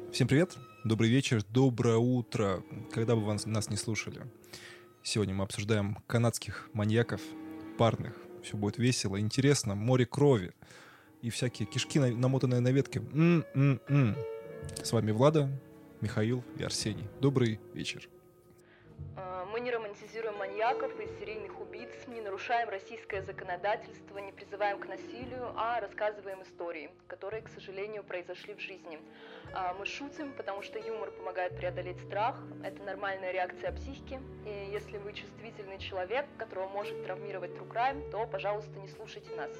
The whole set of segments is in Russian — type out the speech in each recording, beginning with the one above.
Всем привет, добрый вечер, доброе утро, когда бы вы нас не слушали. Сегодня мы обсуждаем канадских маньяков, парных. Все будет весело, интересно, море крови и всякие кишки, намотанные на ветке. С вами Влада, Михаил и Арсений. Добрый вечер. Мы не романтизируем маньяков и серийных убийц, не нарушаем российское законодательство, не призываем к насилию, а рассказываем истории, которые, к сожалению, произошли в жизни. Мы шутим, потому что юмор помогает преодолеть страх, это нормальная реакция психики, и если вы чувствительный человек, которого может травмировать true crime, то, пожалуйста, не слушайте нас.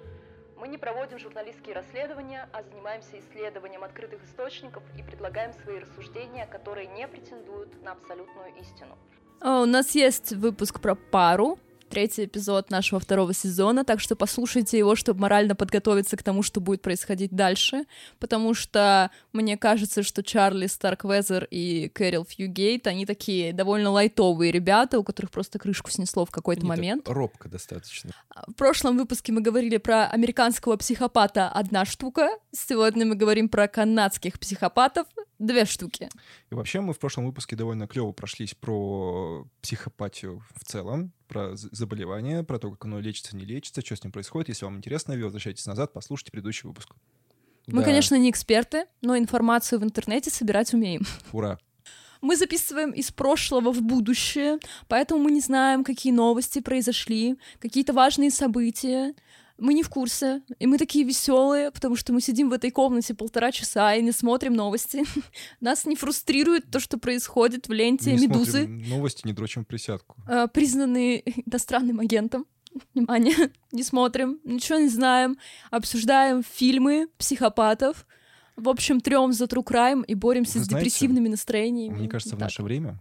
Мы не проводим журналистские расследования, а занимаемся исследованием открытых источников и предлагаем свои рассуждения, которые не претендуют на абсолютную истину. У нас есть выпуск про пару, 3-й эпизод нашего 2-го сезона, так что послушайте его, чтобы морально подготовиться к тому, что будет происходить дальше, потому что мне кажется, что Чарли Старквезер и Кэрил Фьюгейт, они такие довольно лайтовые ребята, у которых просто крышку снесло в какой-то момент. Робко достаточно. В прошлом выпуске мы говорили про американского психопата 1 штука, сегодня мы говорим про канадских психопатов 2 штуки. И вообще мы в прошлом выпуске довольно клево прошлись про психопатию в целом, про заболевание, про то, как оно лечится, не лечится, что с ним происходит. Если вам интересно, вы возвращайтесь назад, послушайте предыдущий выпуск. Мы, конечно, не эксперты, но информацию в интернете собирать умеем. Ура! Мы записываем из прошлого в будущее, поэтому мы не знаем, какие новости произошли, какие-то важные события. Мы не в курсе, и мы такие веселые, потому что мы сидим в этой комнате 1,5 часа и не смотрим новости. Нас не фрустрирует то, что происходит в ленте не «Медузы». Новости, не дрочим присядку. Признанные иностранным агентом. Внимание, не смотрим, ничего не знаем, обсуждаем фильмы психопатов. В общем, трём за true crime и боремся с депрессивными настроениями. Мне кажется, в наше время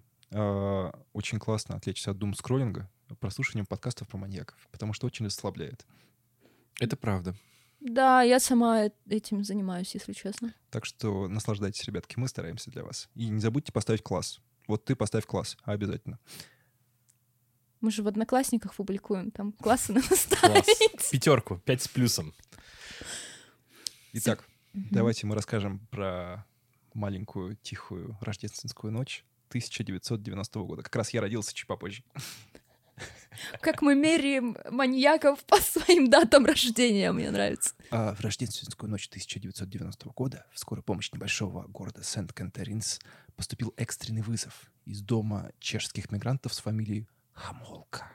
очень классно отвлечься от думскроллинга прослушиванием подкастов про маньяков, потому что очень расслабляет. Это правда. Да, я сама этим занимаюсь, если честно. Так что наслаждайтесь, ребятки, мы стараемся для вас. И не забудьте поставить класс. Вот ты поставь класс, обязательно. Мы же в Одноклассниках публикуем, там классы надо ставить. Класс. 5, 5 с плюсом. Итак, давайте мы расскажем про маленькую тихую рождественскую ночь 1990 года. Как раз я родился чуть попозже. Как мы меряем маньяков по своим датам рождения, мне нравится. В рождественскую ночь 1990 года в скорую помощь небольшого города Сент-Катеринс поступил экстренный вызов из дома чешских мигрантов с фамилией Хамолка.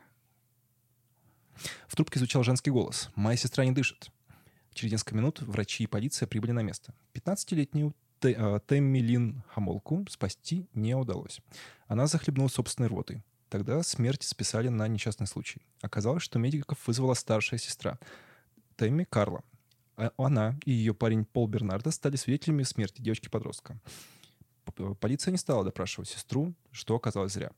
В трубке звучал женский голос. «Моя сестра не дышит». Через несколько минут врачи и полиция прибыли на место. 15-летнюю Тэмми Лин Хамолку спасти не удалось. Она захлебнулась собственной рвотой. Тогда смерть списали на несчастный случай. Оказалось, что медиков вызвала старшая сестра Тэмми Карла. Она и ее парень Пол Бернардо стали свидетелями смерти девочки-подростка. Полиция не стала допрашивать сестру, что оказалось зря.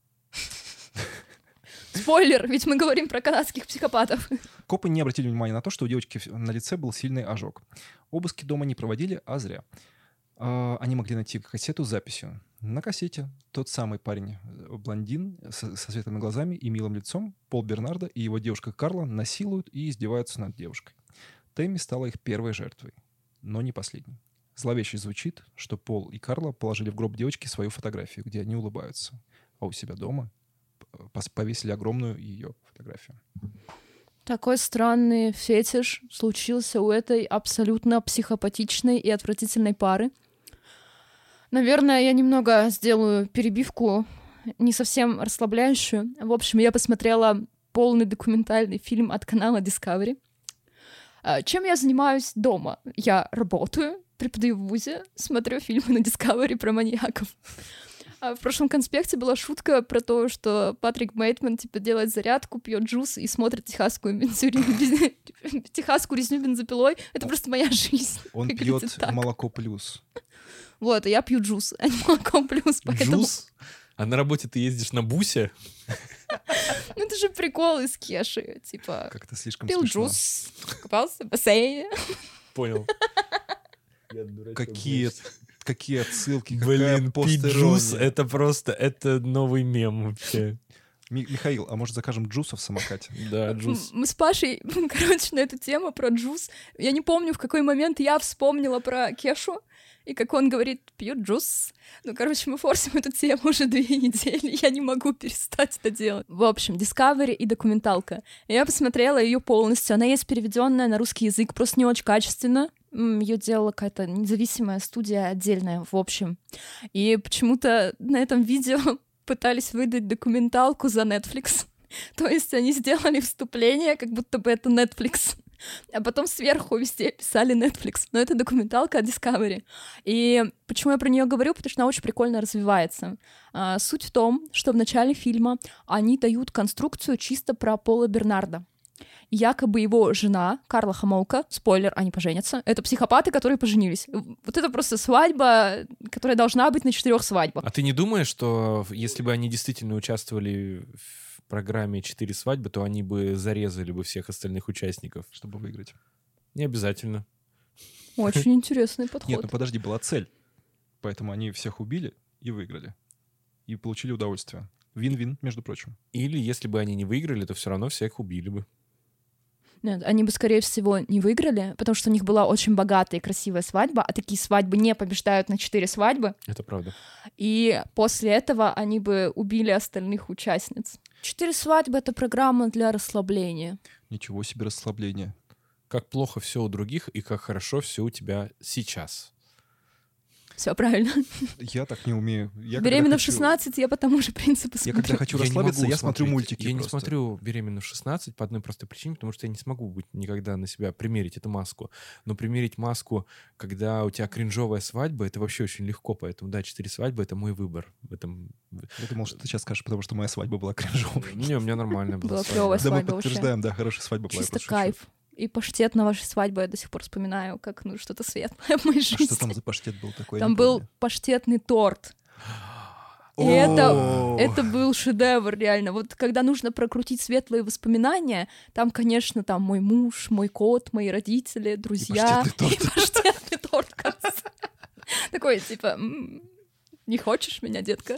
Спойлер, ведь мы говорим про канадских психопатов. Копы не обратили внимания на то, что у девочки на лице был сильный ожог. Обыски дома не проводили, а зря. Они могли найти кассету с записью. На кассете тот самый парень, блондин, со светлыми глазами и милым лицом, Пол Бернардо и его девушка Карла насилуют и издеваются над девушкой. Тэмми стала их первой жертвой, но не последней. Зловеще звучит, что Пол и Карла положили в гроб девочки свою фотографию, где они улыбаются, а у себя дома повесили огромную ее фотографию. Такой странный фетиш случился у этой абсолютно психопатичной и отвратительной пары. Наверное, я немного сделаю перебивку, не совсем расслабляющую. В общем, я посмотрела полный документальный фильм от канала Discovery. Чем я занимаюсь дома? Я работаю, преподаю в вузе, смотрю фильмы на Discovery про маньяков. В прошлом конспекте была шутка про то, что Патрик Бейтман делает зарядку, пьет джус и смотрит техасскую резню бензопилой. Это просто моя жизнь. Он пьет молоко плюс. Вот, а я пью джус, а не молоко плюс. Поэтому... Джус? А на работе ты ездишь на бусе? Ну, это же прикол из Кеши, типа... Как-то слишком пил смешно. Джус, купался в бассейне. Понял. Какие отсылки, блин, пить джус — это просто, это новый мем вообще. Михаил, а может закажем джуса в самокате? Да, джус. Мы с Пашей, короче, на эту тему про джус. Я не помню, в какой момент я вспомнила про Кешу. и как он говорит, пьет джус. Ну, короче, мы форсим эту тему уже 2 недели, я не могу перестать это делать. В общем, Discovery и документалка. Я посмотрела ее полностью, она есть переведенная на русский язык, просто не очень качественно. Ее делала какая-то независимая студия отдельная, в общем. И почему-то на этом видео пытались выдать документалку за Netflix. То есть они сделали вступление, как будто бы это Netflix. А потом сверху везде писали Netflix. Но это документалка от Discovery. И почему я про нее говорю? Потому что она очень прикольно развивается. Суть в том, что в начале фильма они дают конструкцию чисто про Пола Бернарда. Якобы его жена, Карла Хамолка, спойлер, они поженятся, это психопаты, которые поженились. Вот это просто свадьба, которая должна быть на 4 свадьбах. А ты не думаешь, что если бы они действительно участвовали в программе «4 свадьбы», то они бы зарезали бы всех остальных участников? Чтобы выиграть. Не обязательно. Очень интересный подход. Нет, ну подожди, была цель. Поэтому они всех убили и выиграли. И получили удовольствие. Вин-вин, между прочим. Или если бы они не выиграли, то все равно всех убили бы. Нет, они бы, скорее всего, не выиграли, потому что у них была очень богатая и красивая свадьба, а такие свадьбы не побеждают на 4 свадьбы. Это правда. И после этого они бы убили остальных участниц. 4 свадьбы — это программа для расслабления. Ничего себе расслабление. Как плохо все у других и как хорошо все у тебя сейчас. Все правильно. Я так не умею. Беременна в 16, я по тому же принципу Я смотрю. когда хочу Я не расслабиться, могу я смотрю смотреть. мультики Я не просто. смотрю «Беременна в 16» по одной простой причине, потому что я не смогу быть никогда на себя примерить эту маску. Но примерить маску, когда у тебя кринжовая свадьба, это вообще очень легко. Поэтому, да, 4 свадьбы — это мой выбор. В этом... Я думал, что ты сейчас скажешь, потому что моя свадьба была кринжовой. Не, у меня нормальная была Была свадьба. клёвая Да, мы свадьба вообще. подтверждаем, да, хорошая свадьба была. я Чисто просто шучу. кайф. И паштет на вашей свадьбе я до сих пор вспоминаю, как ну что-то светлое в моей А жизни. что там за паштет был такой? я Там не был помню. паштетный торт. И О! это был шедевр, реально. Вот когда нужно прокрутить светлые воспоминания, там, конечно, там мой муж, мой кот, мои родители, друзья. паштетный торт. И паштетный торт в конце. Такой, типа, не хочешь меня, детка?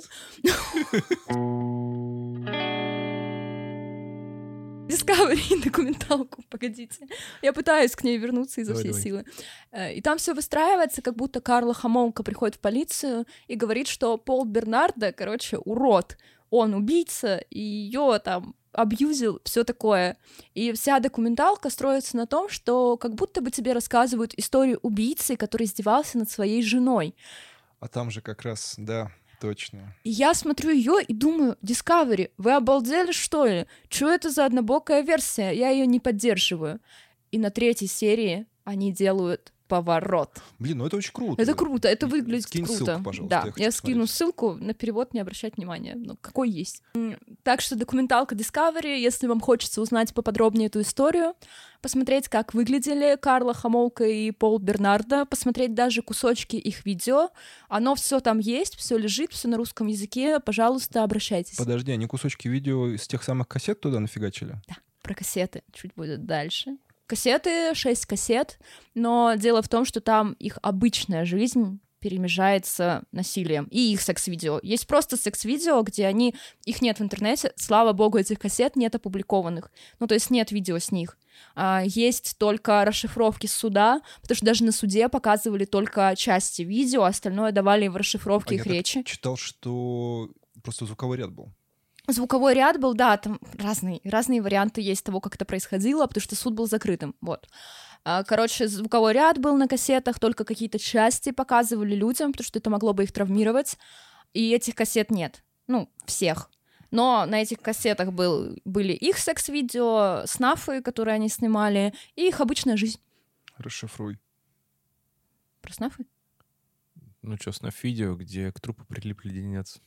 Discovery документалку, погодите. Я пытаюсь к ней вернуться изо всей Давай. силы. И там все выстраивается, как будто Карла Хамолка приходит в полицию и говорит, что Пол Бернарда, короче, урод. Он убийца, и ее там абьюзил, все такое. И вся документалка строится на том, что как будто бы тебе рассказывают историю убийцы, который издевался над своей женой. А там же как раз, да, точно. И я смотрю ее и думаю, Discovery, вы обалдели, что ли? Что это за однобокая версия? Я ее не поддерживаю. И на 3-й серии они делают поворот. Блин, ну это очень круто. Это круто, это выглядит Скинь круто. ссылку, пожалуйста, Да, я хочу я скину посмотреть. ссылку, на перевод не обращать внимания. Ну, какой есть. Так что документалка Discovery, если вам хочется узнать поподробнее эту историю, посмотреть, как выглядели Карла Хамолка и Пол Бернарда, посмотреть даже кусочки их видео. Оно все там есть, все лежит, все на русском языке. Пожалуйста, обращайтесь. Подожди, они кусочки видео из тех самых кассет туда нафигачили? Да, про кассеты чуть будет дальше. Кассеты, 6 кассет, но дело в том, что там их обычная жизнь перемежается насилием. И их секс-видео. Есть просто секс-видео, где они... Их нет в интернете. Слава богу, этих кассет нет опубликованных. Ну, то есть нет видео с них. Есть только расшифровки с суда, потому что даже на суде показывали только части видео, а остальное давали в расшифровке их я речи. так читал, что просто звуковой ряд был. Звуковой ряд был, да, там разные варианты есть того, как это происходило, потому что суд был закрытым, вот. Короче, звуковой ряд был на кассетах, только какие-то части показывали людям, потому что это могло бы их травмировать, и этих кассет нет, ну, всех. Но на этих кассетах были их секс-видео, снафы, которые они снимали, и их обычная жизнь. Расшифруй. Про снафы? Ну что, видео, где к трупу прилип леденец.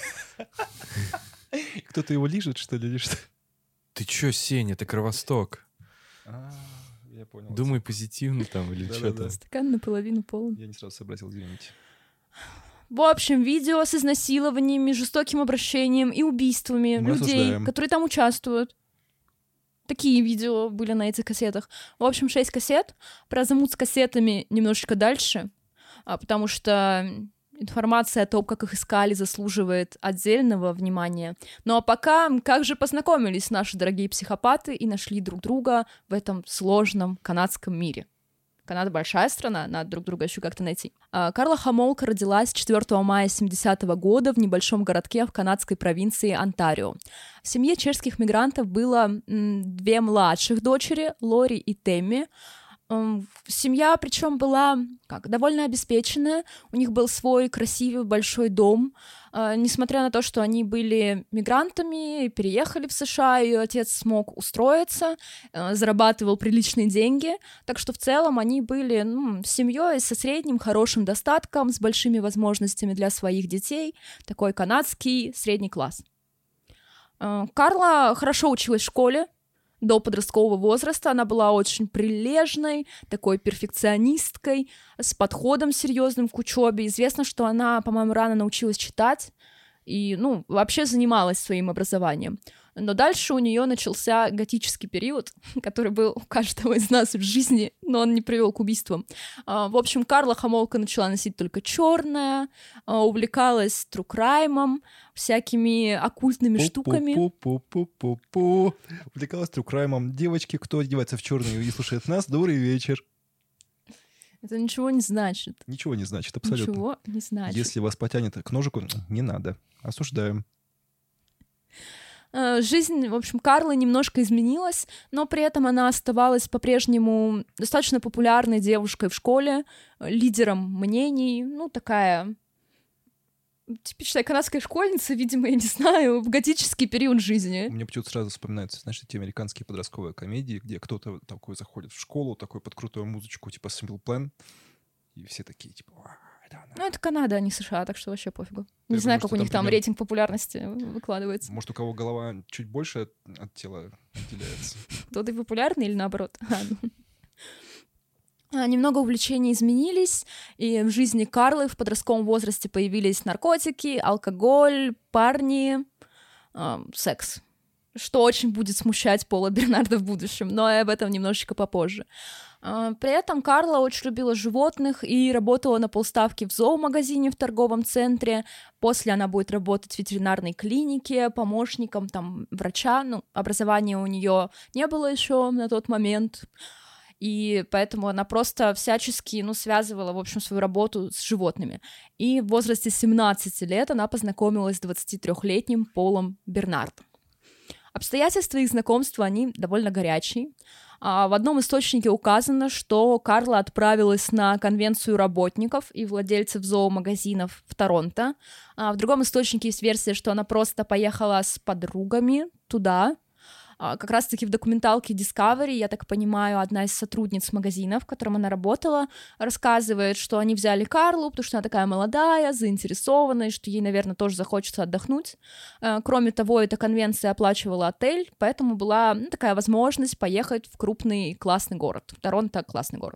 Кто-то его лижет, что ли, или что? Ты чё, Сеня, это Кровосток. Я понял. Думай позитивно там или Да-да-да. что-то. Стакан наполовину полон. Я не сразу сообразил, извините. В общем, видео с изнасилованиями, жестоким обращением и убийствами Мы людей, осуждаем. которые там участвуют. Такие видео были на этих кассетах. В общем, 6 кассет. Про замут с кассетами немножечко дальше, потому что информация о том, как их искали, заслуживает отдельного внимания. Ну а пока, как же познакомились наши дорогие психопаты и нашли друг друга в этом сложном канадском мире? Канада большая страна, надо друг друга еще как-то найти. Карла Хомолка родилась 4 мая 70-го года в небольшом городке в канадской провинции Онтарио. В семье чешских мигрантов было 2 младших дочери, Лори и Тэмми. Семья, причем, была довольно обеспеченная. У них был свой красивый большой дом. Несмотря на то, что они были мигрантами, переехали в США, ее отец смог устроиться, зарабатывал приличные деньги. Так что в целом они были семьей со средним хорошим достатком, с большими возможностями для своих детей. Такой канадский средний класс. Карла хорошо училась в школе. До подросткового возраста она была очень прилежной, такой перфекционисткой, с подходом серьезным к учебе. Известно, что она, по-моему, рано научилась читать и, вообще занималась своим образованием. Но дальше у нее начался готический период, который был у каждого из нас в жизни, но он не привел к убийствам. В общем, Карла Хомолка начала носить только черное, увлекалась тру-краймом, всякими оккультными штуками. Увлекалась тру-краймом. Девочки, кто одевается в черное и слушает нас, добрый вечер. Это ничего не значит. Ничего не значит, абсолютно. Ничего не значит. Если вас потянет к ножику, не надо. Осуждаем. Жизнь, в общем, Карлы немножко изменилась, но при этом она оставалась по-прежнему достаточно популярной девушкой в школе, лидером мнений, такая типичная канадская школьница, видимо, я не знаю, в готический период жизни. Мне почему-то сразу вспоминаются, знаешь, эти американские подростковые комедии, где кто-то такой заходит в школу, такой под крутую музычку, типа Simple Plan, и все такие, типа... это Канада, а не США, так что вообще пофигу. Не знаю, как у них там рейтинг популярности выкладывается. Может, у кого голова чуть больше от тела отделяется. Кто-то популярный или наоборот? Немного увлечений изменились, и в жизни Карлы в подростковом возрасте появились наркотики, алкоголь, парни, секс. Что очень будет смущать Пола Бернарда в будущем, но об этом немножечко попозже. При этом Карла очень любила животных и работала на полставки в зоомагазине в торговом центре. После она будет работать в ветеринарной клинике, помощником врача. Образования у нее не было еще на тот момент. И поэтому она просто всячески, связывала, в общем, свою работу с животными. И в возрасте 17 лет она познакомилась с 23-летним Полом Бернардом. Обстоятельства их знакомства, они довольно горячие. В одном источнике указано, что Карла отправилась на конвенцию работников и владельцев зоомагазинов в Торонто. В другом источнике есть версия, что она просто поехала с подругами туда. Как раз-таки в документалке Discovery, я так понимаю, одна из сотрудниц магазина, в котором она работала, рассказывает, что они взяли Карлу, потому что она такая молодая, заинтересованная, что ей, наверное, тоже захочется отдохнуть. Кроме того, эта конвенция оплачивала отель, поэтому была такая возможность поехать в крупный классный город. Торонто — классный город.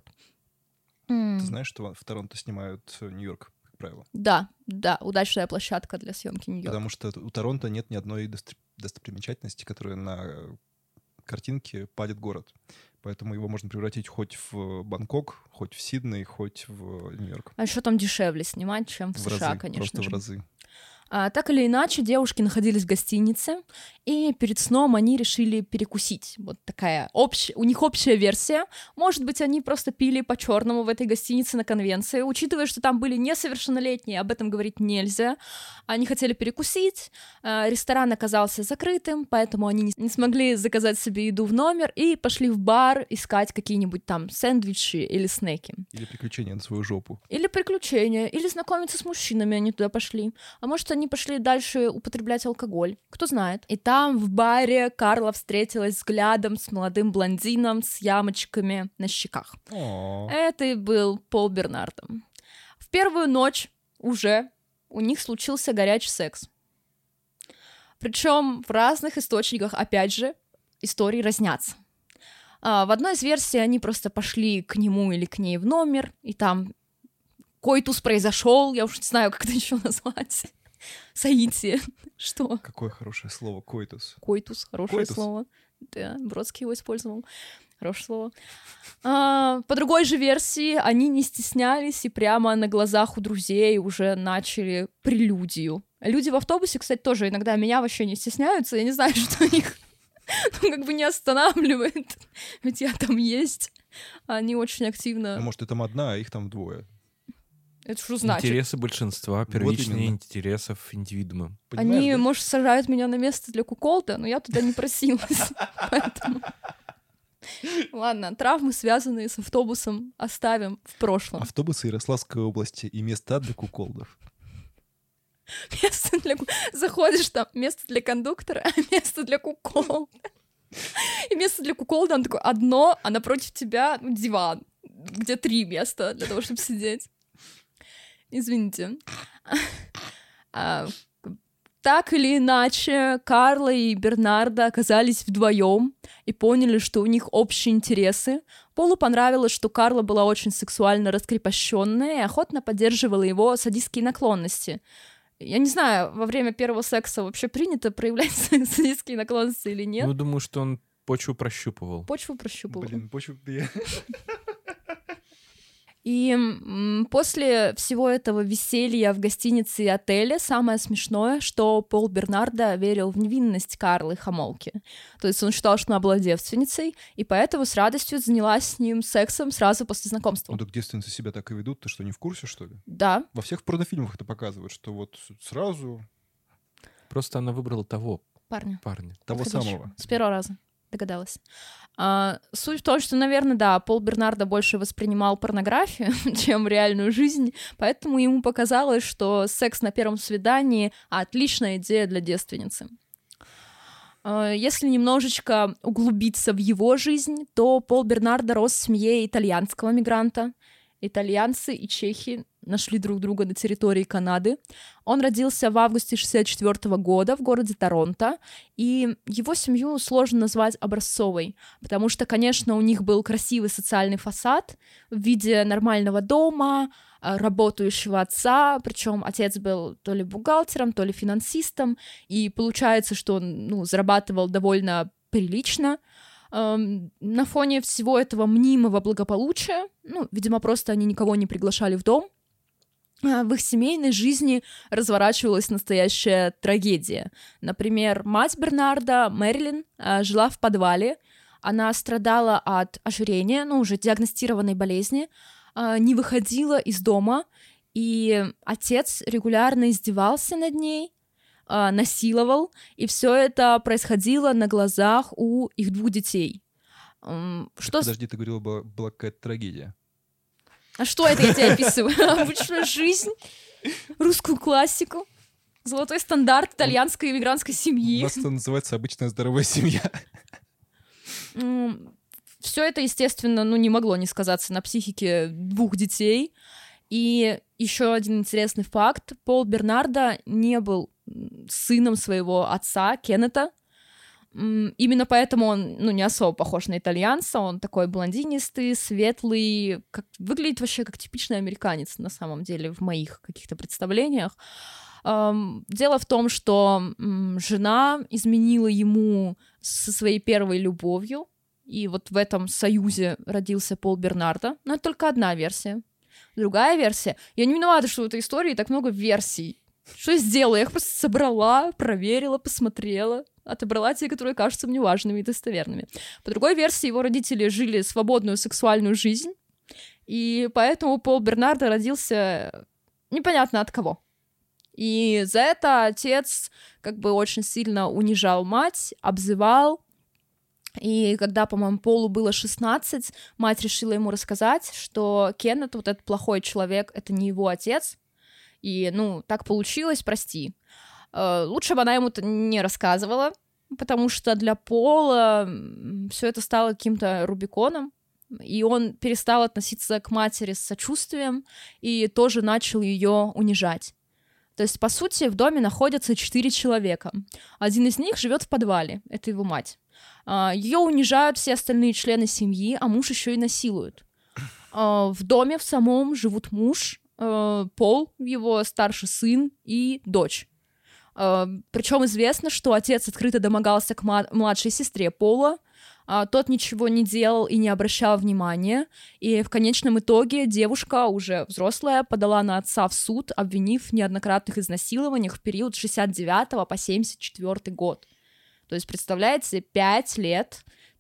Ты знаешь, что в Торонто снимают Нью-Йорк, как правило? Да, удачная площадка для съемки Нью-Йорка. Потому что у Торонто нет ни одной достопримечательности, которая на картинке падет город. Поэтому его можно превратить хоть в Бангкок, хоть в Сидней, хоть в Нью-Йорк. А еще там дешевле снимать, чем в США, разы, конечно просто же. в разы. Так или иначе, девушки находились в гостинице, и перед сном они решили перекусить. Вот такая у них общая версия. Может быть, они просто пили по-черному в этой гостинице на конвенции. Учитывая, что там были несовершеннолетние, об этом говорить нельзя. Они хотели перекусить, ресторан оказался закрытым, поэтому они не смогли заказать себе еду в номер и пошли в бар искать какие-нибудь там сэндвичи или снеки. Или приключения на свою жопу. Или приключения, или знакомиться с мужчинами они туда пошли. А может, они пошли дальше употреблять алкоголь. Кто знает. И там, в баре, Карла встретилась взглядом с молодым блондином с ямочками на щеках. Это и был Пол Бернард. В первую ночь уже у них случился горячий секс. Причем в разных источниках, опять же, истории разнятся. В одной из версий они просто пошли к нему или к ней в номер, и там койтус произошел, я уж не знаю, как это еще назвать. Соитие. Что? Какое хорошее слово, койтус. Койтус, хорошее слово. Да, Бродский его использовал. Хорошее слово. По другой же версии, они не стеснялись и прямо на глазах у друзей уже начали прелюдию. Люди в автобусе, кстати, тоже иногда меня вообще не стесняются. Я не знаю, что их не останавливает. Ведь я там есть. Они очень активно... Может, ты там одна, а их там двое. Это что значит? Интересы большинства, первичные именно. интересов индивидуума. Понимаешь, Они, да? может, сажают меня на место для куколда, но я туда не просилась. Поэтому... Ладно, травмы, связанные с автобусом, оставим в прошлом. Автобусы Ярославской области и места для куколдов. Место для... Заходишь там, место для кондуктора, а место для куколда. И место для куколда, оно такое одно, а напротив тебя диван, где 3 места для того, чтобы сидеть. Извините. Так или иначе, Карла и Бернардо оказались вдвоем и поняли, что у них общие интересы. Полу понравилось, что Карла была очень сексуально раскрепощенная и охотно поддерживала его садистские наклонности. Я не знаю, во время первого секса вообще принято проявлять садистские наклонности или нет. Ну, думаю, что он почву прощупывал. Почву прощупывал. Блин, почему И после всего этого веселья в гостинице и отеле самое смешное, что Пол Бернардо верил в невинность Карлы Хамолки. То есть он считал, что она была девственницей, и поэтому с радостью занялась с ним сексом сразу после знакомства. Ну так девственницы себя так и ведут, ты что, не в курсе, что ли? Да. Во всех порнофильмах это показывают, что вот сразу Просто она выбрала того Парня. парня. того Подходящего. самого. С первого раза. Догадалась. Суть в том, что, наверное, да, Пол Бернардо больше воспринимал порнографию, чем реальную жизнь, поэтому ему показалось, что секс на первом свидании — отличная идея для девственницы. Если немножечко углубиться в его жизнь, то Пол Бернардо рос в семье итальянского мигранта. Итальянцы и чехи нашли друг друга на территории Канады. Он родился в августе 1964 года в городе Торонто, и его семью сложно назвать образцовой, потому что, конечно, у них был красивый социальный фасад в виде нормального дома, работающего отца, причем отец был то ли бухгалтером, то ли финансистом, и получается, что он зарабатывал довольно прилично. На фоне всего этого мнимого благополучия, видимо, просто они никого не приглашали в дом, в их семейной жизни разворачивалась настоящая трагедия. Например, мать Бернардо, Мэрилин, жила в подвале, она страдала от ожирения, уже диагностированной болезни, не выходила из дома, и отец регулярно издевался над ней, насиловал, и все это происходило на глазах у их 2 детей. Подожди, ты говорила, была какая-то трагедия. А что это я тебе описываю? Обычную жизнь, русскую классику, золотой стандарт итальянской иммигрантской семьи. У нас это называется обычная здоровая семья. Все это, естественно, не могло не сказаться на психике 2 детей. И еще один интересный факт. Пол Бернардо не был сыном своего отца, Кеннета. Именно поэтому он, не особо похож на итальянца. Он такой блондинистый, светлый, выглядит вообще как типичный американец, на самом деле, в моих каких-то представлениях. Дело в том, что жена изменила ему со своей первой любовью, и вот в этом союзе родился Пол Бернардо. Но это только одна версия. Другая версия. Я не виновата, что в этой истории так много версий. Что я сделала? Я их просто собрала, проверила, посмотрела, отобрала те, которые кажутся мне важными и достоверными. По другой версии, его родители жили свободную сексуальную жизнь, и поэтому Пол Бернардо родился непонятно от кого. И за это отец очень сильно унижал мать, обзывал. И когда, по-моему, Полу было 16, мать решила ему рассказать, что Кеннет, вот этот плохой человек, это не его отец. И, так получилось, прости. Лучше бы она ему это не рассказывала, потому что для Пола все это стало каким-то Рубиконом, и он перестал относиться к матери с сочувствием и тоже начал ее унижать. То есть, по сути, в доме находятся 4 человека. Один из них живет в подвале, это его мать. Ее унижают все остальные члены семьи, а муж еще и насилует. В доме в самом живут муж, Пол, его старший сын и дочь. Причем известно, что отец открыто домогался к младшей сестре Пола, тот ничего не делал и не обращал внимания, и в конечном итоге девушка, уже взрослая, подала на отца в суд, обвинив в неоднократных изнасилованиях в период с 69 по 74 год. То есть, представляете, 5 лет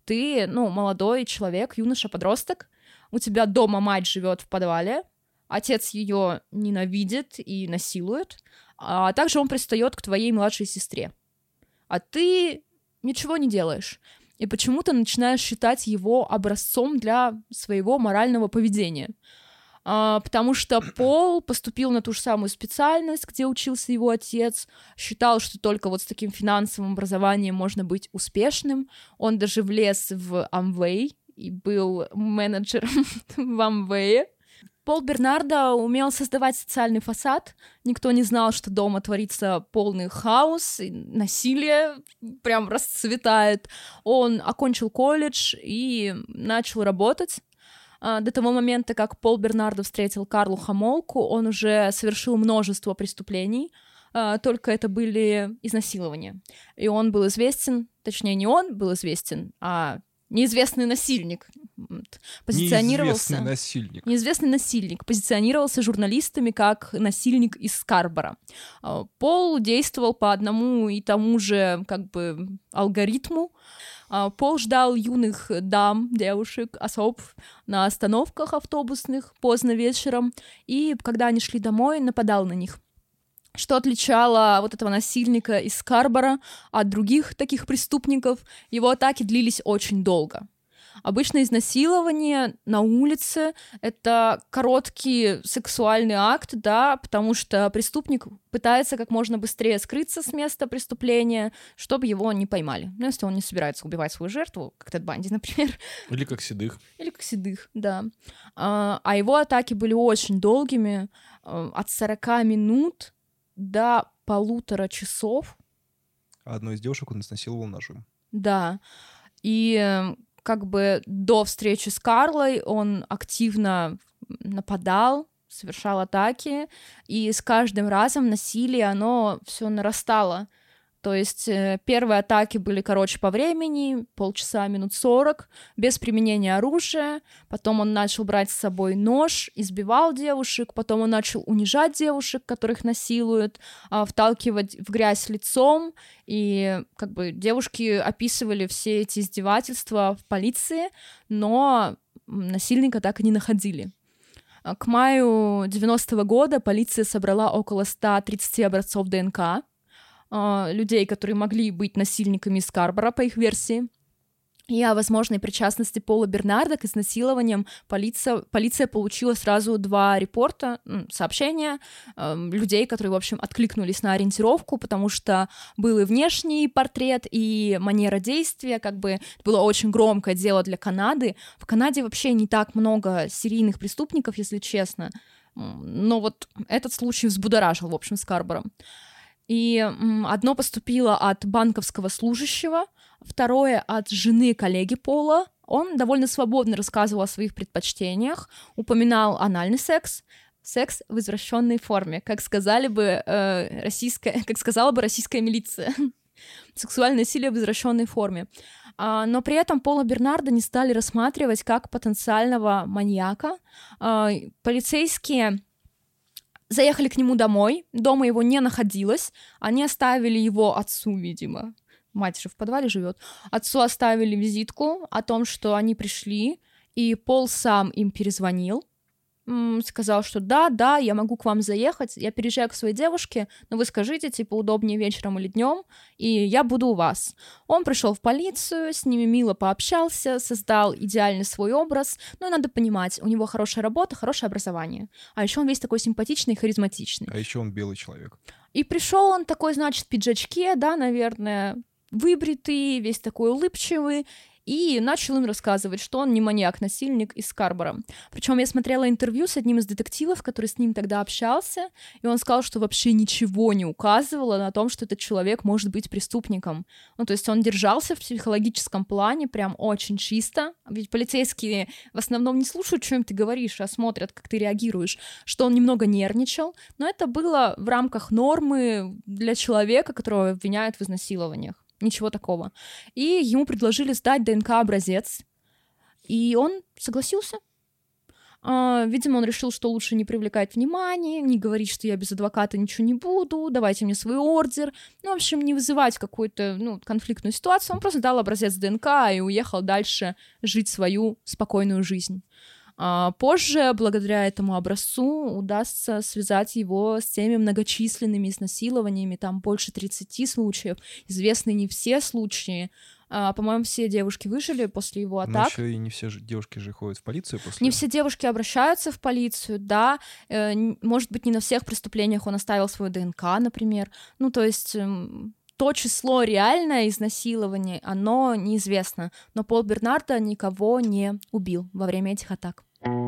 ты, молодой человек, юноша-подросток, у тебя дома мать живет в подвале, отец ее ненавидит и насилует, а также он пристает к твоей младшей сестре. А ты ничего не делаешь. И почему-то начинаешь считать его образцом для своего морального поведения. Потому что Пол поступил на ту же самую специальность, где учился его отец, считал, что только вот с таким финансовым образованием можно быть успешным. Он даже влез в Amway и был менеджером в Amway. Пол Бернардо умел создавать социальный фасад. Никто не знал, что дома творится полный хаос, и насилие прям расцветает. Он окончил колледж и начал работать. До того момента, как Пол Бернардо встретил Карлу Хамолку, он уже совершил множество преступлений, только это были изнасилования. И он был известен, точнее, не он был известен, а неизвестный насильник. Неизвестный насильник позиционировался журналистами как насильник из Скарборо. Пол действовал по одному и тому же алгоритму. Пол ждал юных дам, девушек, особ на остановках автобусных поздно вечером, и когда они шли домой, нападал на них. Что отличало вот этого насильника из Скарборо от других таких преступников, его атаки длились очень долго. Обычно изнасилование на улице — это короткий сексуальный акт, да, потому что преступник пытается как можно быстрее скрыться с места преступления, чтобы его не поймали. Ну, если он не собирается убивать свою жертву, как Тед Банди, например. Или как Седых, да. А его атаки были очень долгими, от 40 минут до 1,5 часов. Одну из девушек он изнасиловал ножом. Да. И до встречи с Карлой он активно нападал, совершал атаки, и с каждым разом насилие, оно все нарастало. То есть первые атаки были короче по времени, полчаса, минут 40, без применения оружия. Потом он начал брать с собой нож, избивал девушек. Потом он начал унижать девушек, которых насилуют, вталкивать в грязь лицом. И девушки описывали все эти издевательства в полиции, но насильника так и не находили. К маю 90-го года полиция собрала около 130 образцов ДНК людей, которые могли быть насильниками из Скарборо, по их версии. И о возможной причастности Пола Бернардо к изнасилованиям полиция получила сразу 2 репорта, сообщения людей, которые, в общем, откликнулись на ориентировку, потому что был и внешний портрет, и манера действия, было очень громкое дело для Канады. В Канаде вообще не так много серийных преступников, если честно, но вот этот случай взбудоражил, в общем, Скарборо. И одно поступило от банковского служащего, второе от жены коллеги Пола. Он довольно свободно рассказывал о своих предпочтениях, упоминал анальный секс в извращенной форме, как сказала бы российская милиция. Сексуальное насилие в извращенной форме. Но при этом Пола Бернардо не стали рассматривать как потенциального маньяка. Полицейские заехали к нему домой, дома его не находилось, они оставили его отцу, видимо, мать же в подвале живет, отцу оставили визитку о том, что они пришли, и Пол сам им перезвонил, сказал, что да, я могу к вам заехать, я переезжаю к своей девушке, но вы скажите, удобнее вечером или днем, и я буду у вас. Он пришел в полицию, с ними мило пообщался, создал идеальный свой образ, но надо понимать, у него хорошая работа, хорошее образование, а еще он весь такой симпатичный и харизматичный. А еще он белый человек. И пришел он такой, значит, в пиджачке, да, наверное, выбритый, весь такой улыбчивый, и начал им рассказывать, что он не маньяк-насильник из Скарборо. Причем я смотрела интервью с одним из детективов, который с ним тогда общался, и он сказал, что вообще ничего не указывало на том, что этот человек может быть преступником. То есть он держался в психологическом плане прям очень чисто, ведь полицейские в основном не слушают, что им ты говоришь, а смотрят, как ты реагируешь, что он немного нервничал, но это было в рамках нормы для человека, которого обвиняют в изнасилованиях. Ничего такого. И ему предложили сдать ДНК-образец, и он согласился. Видимо, он решил, что лучше не привлекать внимания, не говорить, что я без адвоката ничего не буду, давайте мне свой ордер. Ну, в общем, не вызывать какую-то, конфликтную ситуацию. Он просто дал образец ДНК и уехал дальше жить свою спокойную жизнь. Позже, благодаря этому образцу, удастся связать его с теми многочисленными изнасилованиями, там больше 30 случаев, известны не все случаи. По-моему, все девушки выжили после его атак. Но еще и не все девушки же ходят в полицию после. Не все девушки обращаются в полицию, да. Может быть, не на всех преступлениях он оставил свою ДНК, например. Ну, то есть то число реальное изнасилований, оно неизвестно. Но Пол Бернардо никого не убил во время этих атак.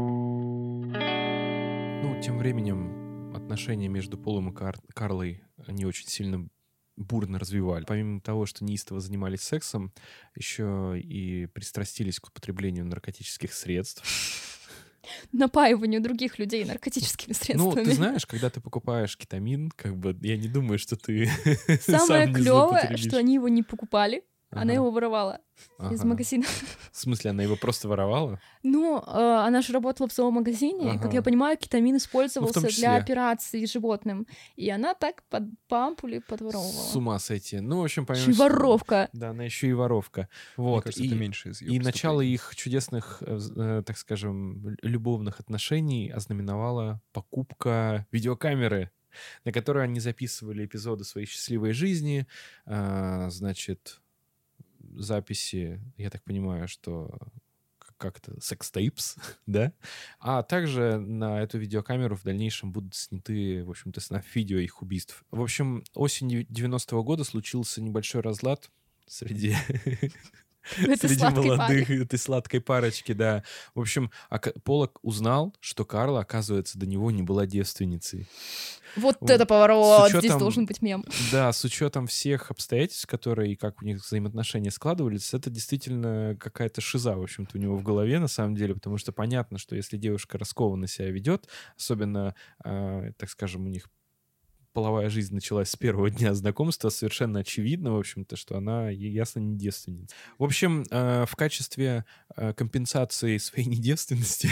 Ну, тем временем отношения между Полом и Карлой, они очень сильно бурно развивали. Помимо того, что неистово занимались сексом, еще и пристрастились к употреблению наркотических средств. Напаиванию других людей наркотическими средствами. Ну, ты знаешь, когда ты покупаешь кетамин, я не думаю, что ты Самое сам не клевое, злоупотребишь. что они его не покупали, она Ага. его воровала из Ага. магазина. В смысле, она его просто воровала? Ну, она же работала в зоомагазине, и, как Ага. я понимаю, кетамин использовался числе. для операций с животным. И она так по ампуле С подворовывала. ума сойти. Ну, в общем, Еще и понимаешь... воровка. Да, она еще и воровка. Вот. Мне кажется, это меньше из её И начало преступлений. их чудесных, так скажем, любовных отношений ознаменовала покупка видеокамеры, на которой они записывали эпизоды своей счастливой жизни, значит, записи, я так понимаю, что как-то секс-тейпс, да? А также на эту видеокамеру в дальнейшем будут сняты, в общем-то, видео их убийств. В общем, осенью 90-го года случился небольшой разлад среди Этой среди сладкой молодых, пары. этой сладкой парочки, да. В общем, Полок узнал, что Карла, оказывается, до него не была девственницей. Вот Вот. это поворот! С учётом- Здесь должен быть мем. Да, с учетом всех обстоятельств, которые и как у них взаимоотношения складывались, это действительно какая-то шиза, в общем-то, у него в голове, на самом деле, потому что понятно, что если девушка раскованно себя ведет, особенно, так скажем, у них половая жизнь началась с первого дня знакомства, совершенно очевидно, в общем-то, что она ясно не девственница. В общем, в качестве компенсации своей недевственности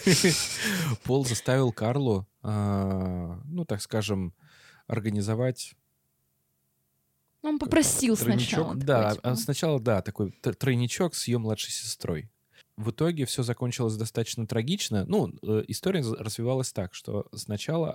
Пол заставил Карлу, ну, так скажем, организовать Он попросил сначала. тройничок. Да, такой, типа. сначала, да, такой тройничок с ее младшей сестрой. В итоге все закончилось достаточно трагично. Ну, история развивалась так, что сначала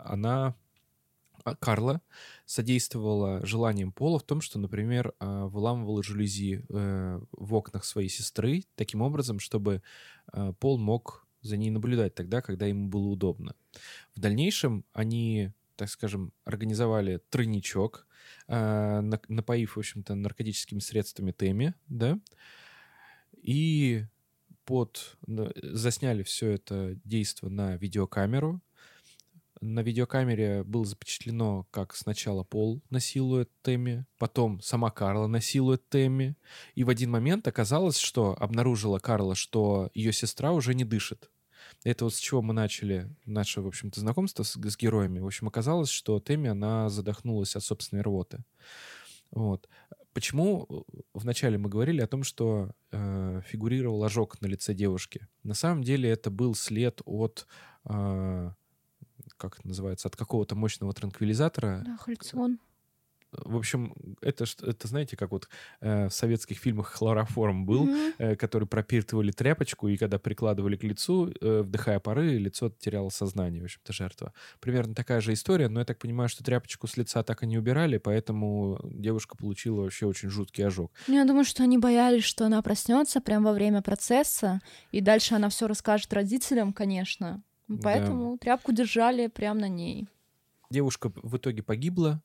Карла содействовала желаниям Пола в том, что, например, выламывала жалюзи в окнах своей сестры таким образом, чтобы Пол мог за ней наблюдать тогда, когда ему было удобно. В дальнейшем они, так скажем, организовали тройничок, напоив, в общем-то, наркотическими средствами Тэмми, да, и засняли все это действо на видеокамеру. На видеокамере было запечатлено, как сначала Пол насилует Тэмми, потом сама Карла насилует Тэмми. И в один момент обнаружила Карла, что ее сестра уже не дышит. Это вот с чего мы начали наше, в общем-то, знакомство с героями. В общем, оказалось, что Тэмми, она задохнулась от собственной рвоты. Вот. Почему вначале мы говорили о том, что фигурировал ожог на лице девушки? На самом деле это был след от... как это называется, от какого-то мощного транквилизатора. Да, хальцион. В общем, это знаете, как вот в советских фильмах хлороформ был, который пропитывали тряпочку, и когда прикладывали к лицу, вдыхая пары, лицо теряло сознание, в общем-то, жертва. Примерно такая же история, но я так понимаю, что тряпочку с лица так и не убирали, поэтому девушка получила вообще очень жуткий ожог. Я думаю, что они боялись, что она проснется прямо во время процесса, и дальше она все расскажет родителям, конечно. Поэтому тряпку держали прямо на ней. Девушка в итоге погибла.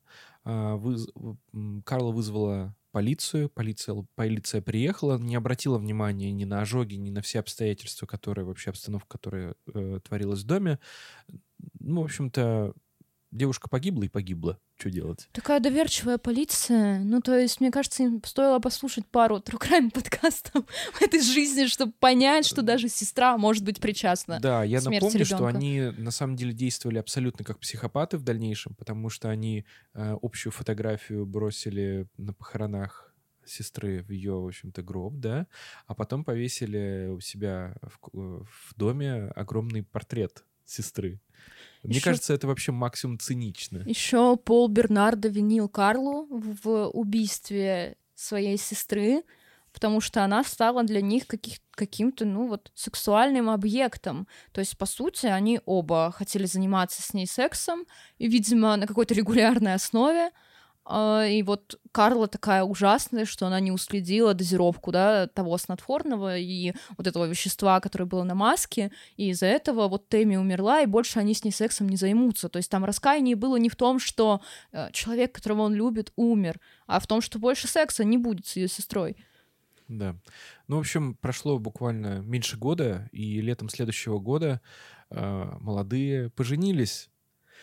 Карла вызвала полицию. Полиция приехала, не обратила внимания ни на ожоги, ни на все обстоятельства, обстановка, которая творилась в доме. Ну, в общем-то, девушка погибла и погибла. Что делать? Такая доверчивая полиция. Ну, то есть, мне кажется, им стоило послушать пару True Crime подкастов в этой жизни, чтобы понять, что даже сестра может быть причастна. Да, я к смерти напомню, что ребёнка. они на самом деле действовали абсолютно как психопаты в дальнейшем, потому что они общую фотографию бросили на похоронах сестры в ее, в общем-то, гроб, да, а потом повесили у себя в доме огромный портрет сестры. Мне кажется, это вообще максимум цинично. Еще Пол Бернардо винил Карлу в убийстве своей сестры, потому что она стала для них каким-то, сексуальным объектом. То есть, по сути, они оба хотели заниматься с ней сексом, и, видимо, на какой-то регулярной основе. И вот Карла такая ужасная, что она не уследила дозировку, да, того снотворного и вот этого вещества, которое было на маске, и из-за этого вот Тэмми умерла, и больше они с ней сексом не займутся. То есть там раскаяние было не в том, что человек, которого он любит, умер, а в том, что больше секса не будет с ее сестрой. Да. Ну, в общем, прошло буквально меньше года, и летом следующего года молодые поженились.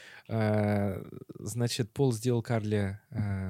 Значит, Пол сделал Карле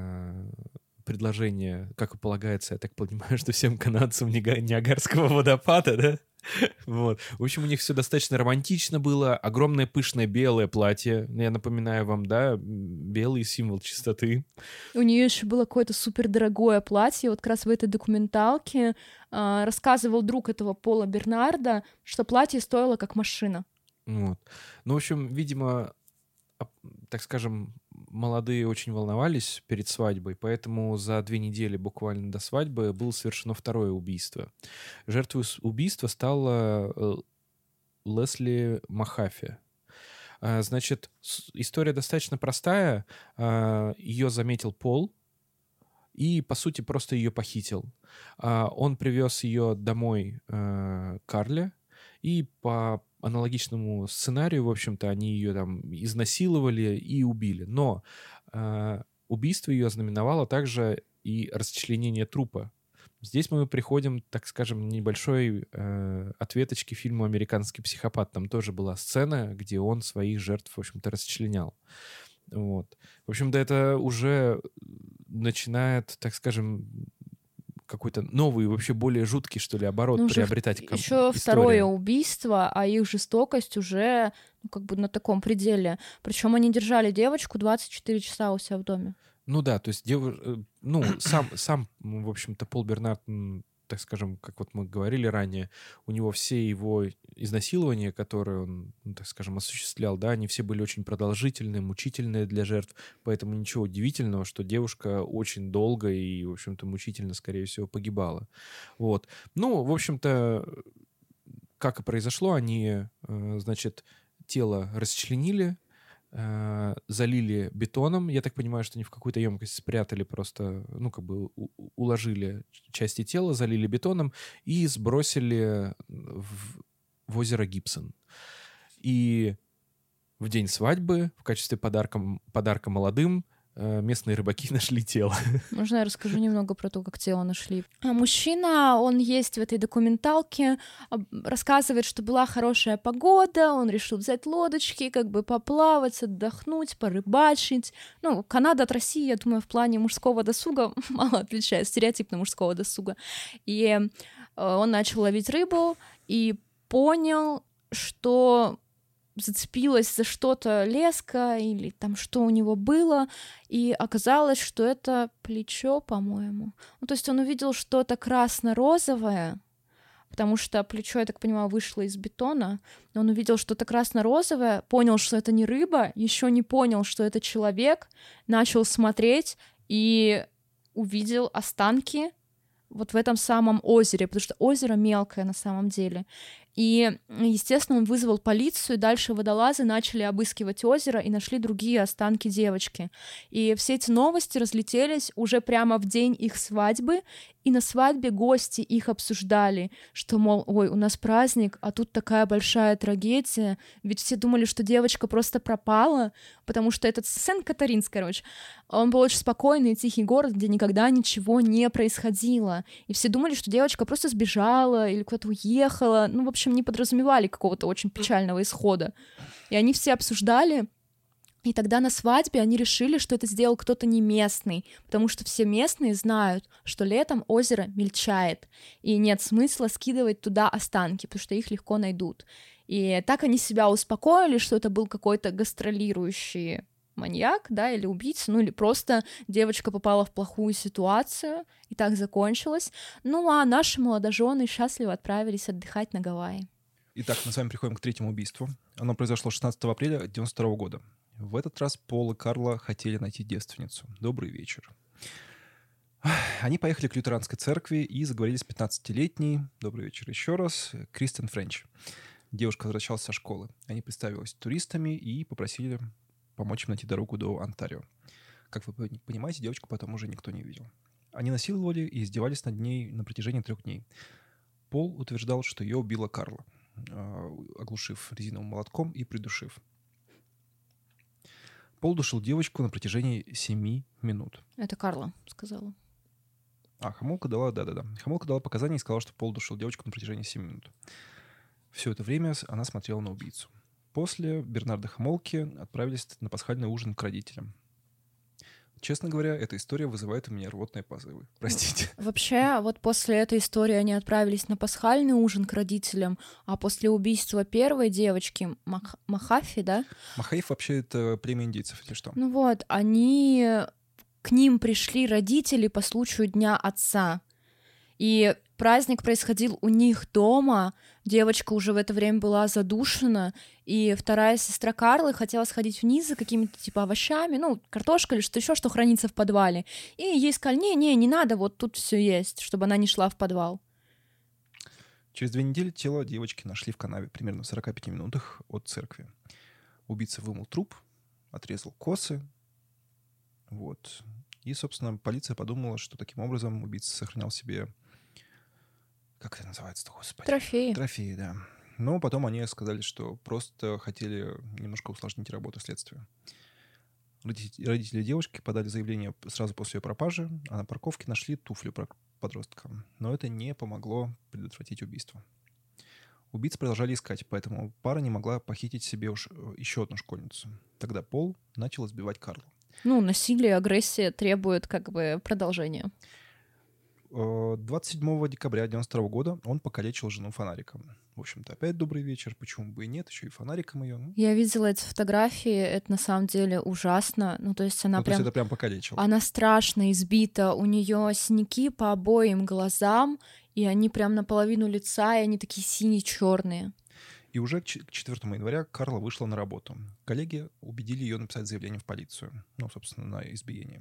предложение, как и полагается, я так понимаю, что всем канадцам Ниагарского водопада, да? Вот. В общем, у них все достаточно романтично было. Огромное пышное белое платье. Я напоминаю вам, да, белый символ чистоты. У нее еще было какое-то супердорогое платье. Вот как раз в этой документалке рассказывал друг этого Пола Бернарда, что платье стоило как машина. Вот. Ну, в общем, видимо, так скажем, молодые очень волновались перед свадьбой, поэтому за 2 недели буквально до свадьбы было совершено второе убийство. Жертвой убийства стала Лесли Махафи. Значит, история достаточно простая. Ее заметил Пол и, по сути, просто ее похитил. Он привез ее домой Карле, и по аналогичному сценарию, в общем-то, они ее там изнасиловали и убили. Но убийство ее ознаменовало также и расчленение трупа. Здесь мы приходим, так скажем, небольшой ответочки фильму «Американский психопат». Там тоже была сцена, где он своих жертв, в общем-то, расчленял. Вот. В общем-то, это уже начинает, так скажем, какой-то новый, вообще более жуткий, что ли, оборот приобретать. Еще второе убийство, а их жестокость уже как бы на таком пределе. Причем они держали девочку 24 часа у себя в доме. Ну да, то есть сам, в общем-то, Пол Бернард, так скажем, как вот мы говорили ранее, у него все его изнасилования, которые он, так скажем, осуществлял, да, они все были очень продолжительные, мучительные для жертв, поэтому ничего удивительного, что девушка очень долго и, в общем-то, мучительно, скорее всего, погибала. Вот. Ну, в общем-то, как и произошло, они, значит, тело расчленили, залили бетоном. Я так понимаю, что они в какую-то емкость спрятали просто, уложили части тела, залили бетоном и сбросили в озеро Гибсон. И в день свадьбы в качестве подарка молодым местные рыбаки нашли тело. Можно я расскажу немного про то, как тело нашли? Мужчина, он есть в этой документалке, рассказывает, что была хорошая погода, он решил взять лодочки, как бы поплавать, отдохнуть, порыбачить. Ну, Канада от России, я думаю, в плане мужского досуга мало отличается, стереотипно мужского досуга. И он начал ловить рыбу и понял, что зацепилась за что-то леска или там что у него было, и оказалось, что это плечо, по-моему. Ну, то есть он увидел что-то красно-розовое, потому что плечо, я так понимаю, вышло из бетона, но он увидел что-то красно-розовое, понял, что это не рыба, еще не понял, что это человек, начал смотреть и увидел останки вот в этом самом озере, потому что озеро мелкое на самом деле. И, естественно, он вызвал полицию, дальше водолазы начали обыскивать озеро и нашли другие останки девочки. И все эти новости разлетелись уже прямо в день их свадьбы, и на свадьбе гости их обсуждали, что, мол, ой, у нас праздник, а тут такая большая трагедия, ведь все думали, что девочка просто пропала, потому что этот Сент-Катаринс, короче, он был очень спокойный и тихий город, где никогда ничего не происходило, и все думали, что девочка просто сбежала или куда-то уехала, ну, в общем, не подразумевали какого-то очень печального исхода. И они все обсуждали, и тогда на свадьбе они решили, что это сделал кто-то не местный, потому что все местные знают, что летом озеро мельчает, и нет смысла скидывать туда останки, потому что их легко найдут. И так они себя успокоили, что это был какой-то гастролирующий маньяк, да, или убийца, ну или просто девочка попала в плохую ситуацию, и так закончилось. Ну а наши молодожены счастливо отправились отдыхать на Гавайи. Итак, мы с вами приходим к третьему убийству. Оно произошло 16 апреля 1992 года. В этот раз Пол и Карла хотели найти девственницу. Добрый вечер. Они поехали к лютеранской церкви и заговорили с 15-летней, добрый вечер еще раз, Кристен Френч. Девушка возвращалась со школы. Они представились туристами и попросили помочь им найти дорогу до Онтарио. Как вы понимаете, девочку потом уже никто не видел. Они насиловали и издевались над ней на протяжении 3 дней. Пол утверждал, что ее убила Карла, оглушив резиновым молотком и придушив. Пол душил девочку на протяжении 7 минут. Это Карла сказала. Хамолка дала, да-да-да. Хамолка дала показания и сказала, что Пол душил девочку на протяжении 7 минут. Все это время она смотрела на убийцу. После Бернарда Хамолки отправились на пасхальный ужин к родителям. Честно говоря, эта история вызывает у меня рвотные позывы. Простите. Вообще, вот после этой истории они отправились на пасхальный ужин к родителям, а после убийства первой девочки, Махафи, да? Махаиф вообще это племя индейцев или что? Ну вот, к ним пришли родители по случаю Дня Отца. И праздник происходил у них дома, девочка уже в это время была задушена, и вторая сестра Карлы хотела сходить вниз за какими-то типа овощами, ну, картошка или что еще, что хранится в подвале. И ей сказали, не надо, вот тут все есть, чтобы она не шла в подвал. Через 2 недели тело девочки нашли в канаве, примерно в 45 минутах от церкви. Убийца вымыл труп, отрезал косы, вот. И, собственно, полиция подумала, что таким образом убийца сохранял себе... Как это называется-то, господи? Трофеи. Трофеи, да. Но потом они сказали, что просто хотели немножко усложнить работу следствия. Родители девушки подали заявление сразу после ее пропажи, а на парковке нашли туфли подростка. Но это не помогло предотвратить убийство. Убийц продолжали искать, поэтому пара не могла похитить себе еще одну школьницу. Тогда Пол начал избивать Карлу. Ну, насилие, агрессия требует как бы продолжения. 27 декабря 1992 года он покалечил жену фонариком. В общем-то, опять добрый вечер, почему бы и нет, еще и фонариком ее. Я видела эти фотографии, это на самом деле ужасно. Ну, то есть она то есть это прям покалечила. Она страшно избита, у нее синяки по обоим глазам, и они прям наполовину лица, и они такие сине-черные. И уже к 4 января Карла вышла на работу. Коллеги убедили ее написать заявление в полицию. Ну, собственно, на избиение.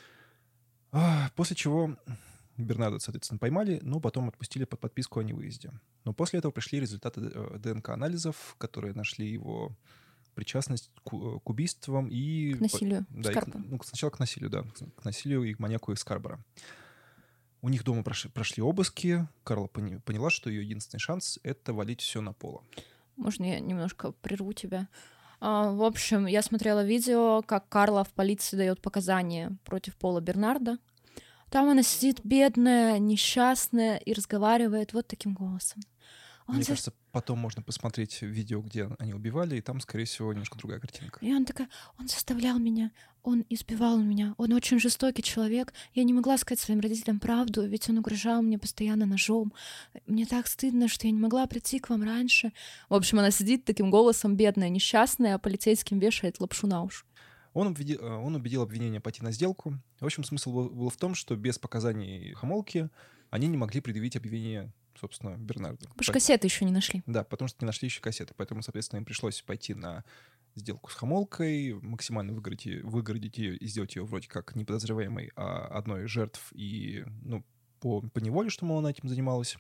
После чего Бернарда, соответственно, поймали, но потом отпустили под подписку о невыезде. Но после этого пришли результаты ДНК-анализов, которые нашли его причастность к убийствам и... К насилию. Да, сначала к насилию, да. К насилию и к маньяку из Скарборо. У них дома прошли обыски. Карла поняла, что ее единственный шанс — это валить все на Пола. Можно я немножко прерву тебя? В общем, я смотрела видео, как Карла в полиции дает показания против Пола Бернарда. Там она сидит бедная, несчастная и разговаривает вот таким голосом. Мне кажется, потом можно посмотреть видео, где они убивали, и там, скорее всего, немножко другая картинка. И она такая, он заставлял меня, он избивал меня, он очень жестокий человек. Я не могла сказать своим родителям правду, ведь он угрожал мне постоянно ножом. Мне так стыдно, что я не могла прийти к вам раньше. В общем, она сидит таким голосом бедная, несчастная, а полицейским вешает лапшу на уши. Он убедил обвинение пойти на сделку. В общем, смысл был в том, что без показаний Хамолки они не могли предъявить обвинение, собственно, Бернарду. Потому что кассеты еще не нашли. Да, потому что не нашли еще кассеты. Поэтому, соответственно, им пришлось пойти на сделку с Хамолкой, максимально выгородить ее и сделать ее вроде как неподозреваемой, а одной из жертв и, по неволе, что, мол, она этим занималась.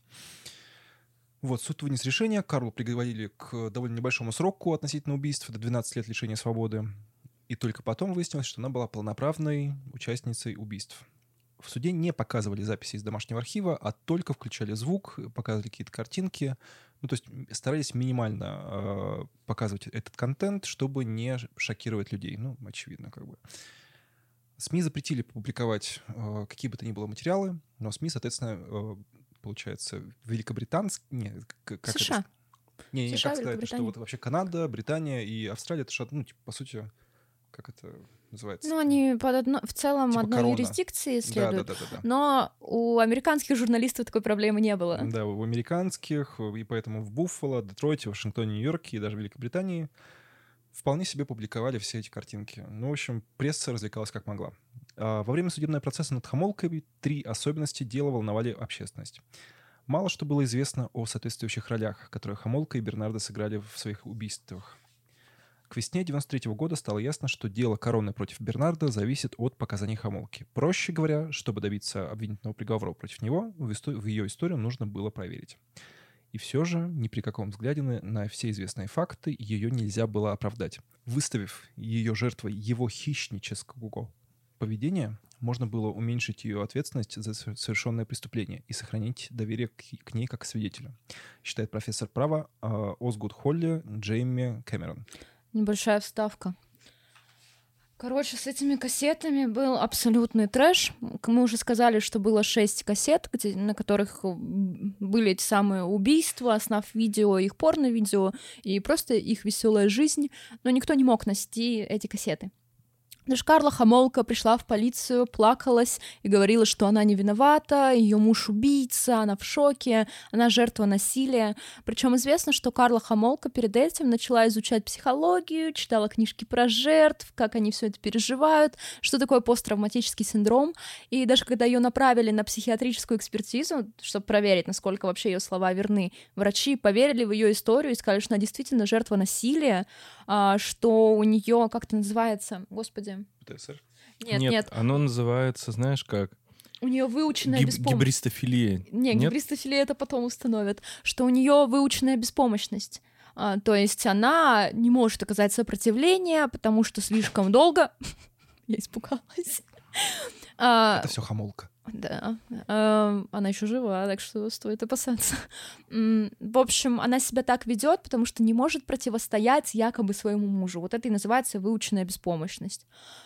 Вот, суд вынес решение. Карлу приговорили к довольно небольшому сроку относительно убийства, до 12 лет лишения свободы. И только потом выяснилось, что она была полноправной участницей убийств. В суде не показывали записи из домашнего архива, а только включали звук, показывали какие-то картинки. То есть старались минимально показывать этот контент, чтобы не шокировать людей. Очевидно, как бы. СМИ запретили публиковать какие бы то ни было материалы, но СМИ, соответственно, получается, великобританские... США. Не, как сказать, что вот вообще Канада, Британия и Австралия, это что, по сути... Как это называется? Они в целом типа одной корона. Юрисдикции следуют. Да. Но у американских журналистов такой проблемы не было. Да, у американских, и поэтому в Буффало, Детройте, Вашингтоне, Нью-Йорке и даже в Великобритании вполне себе публиковали все эти картинки. Ну, в общем, пресса развлекалась как могла. Во время судебного процесса над Хомолкой 3 особенности дела волновали общественность. Мало что было известно о соответствующих ролях, которые Хомолка и Бернардо сыграли в своих убийствах. К весне 1993 года стало ясно, что дело короны против Бернардо зависит от показаний Хомолки. Проще говоря, чтобы добиться обвинительного приговора против него, в ее историю нужно было проверить. И все же, ни при каком взгляде на все известные факты, ее нельзя было оправдать. Выставив ее жертвой его хищнического поведения, можно было уменьшить ее ответственность за совершенное преступление и сохранить доверие к ней как к свидетелю, считает профессор права Озгуд Холли Джейми Кэмерон. Небольшая вставка. Короче, с этими кассетами был абсолютный трэш. Мы уже сказали, что было 6 кассет, на которых были эти самые убийства, снав-видео, их порно-видео и просто их веселая жизнь. Но никто не мог носить эти кассеты. Даже Карла Хомолка пришла в полицию, плакалась и говорила, что она не виновата, ее муж убийца, она в шоке, она жертва насилия. Причем известно, что Карла Хомолка перед этим начала изучать психологию, читала книжки про жертв, как они все это переживают, что такое посттравматический синдром. И даже когда ее направили на психиатрическую экспертизу, чтобы проверить, насколько вообще ее слова верны, врачи поверили в ее историю и сказали, что она действительно жертва насилия, что у нее, как это называется, господи. ПТСР? Нет. Оно называется, знаешь как? У нее выученная беспомощность. Гибристофилия. Нет, гибристофилия это потом установят. Что у нее выученная беспомощность. То есть она не может оказать сопротивление, потому что слишком долго... Я испугалась. Это все Хомолка. Да, она еще жива, так что стоит опасаться. В общем, она себя так ведет, потому что не может противостоять якобы своему мужу. Вот это и называется выученная беспомощность.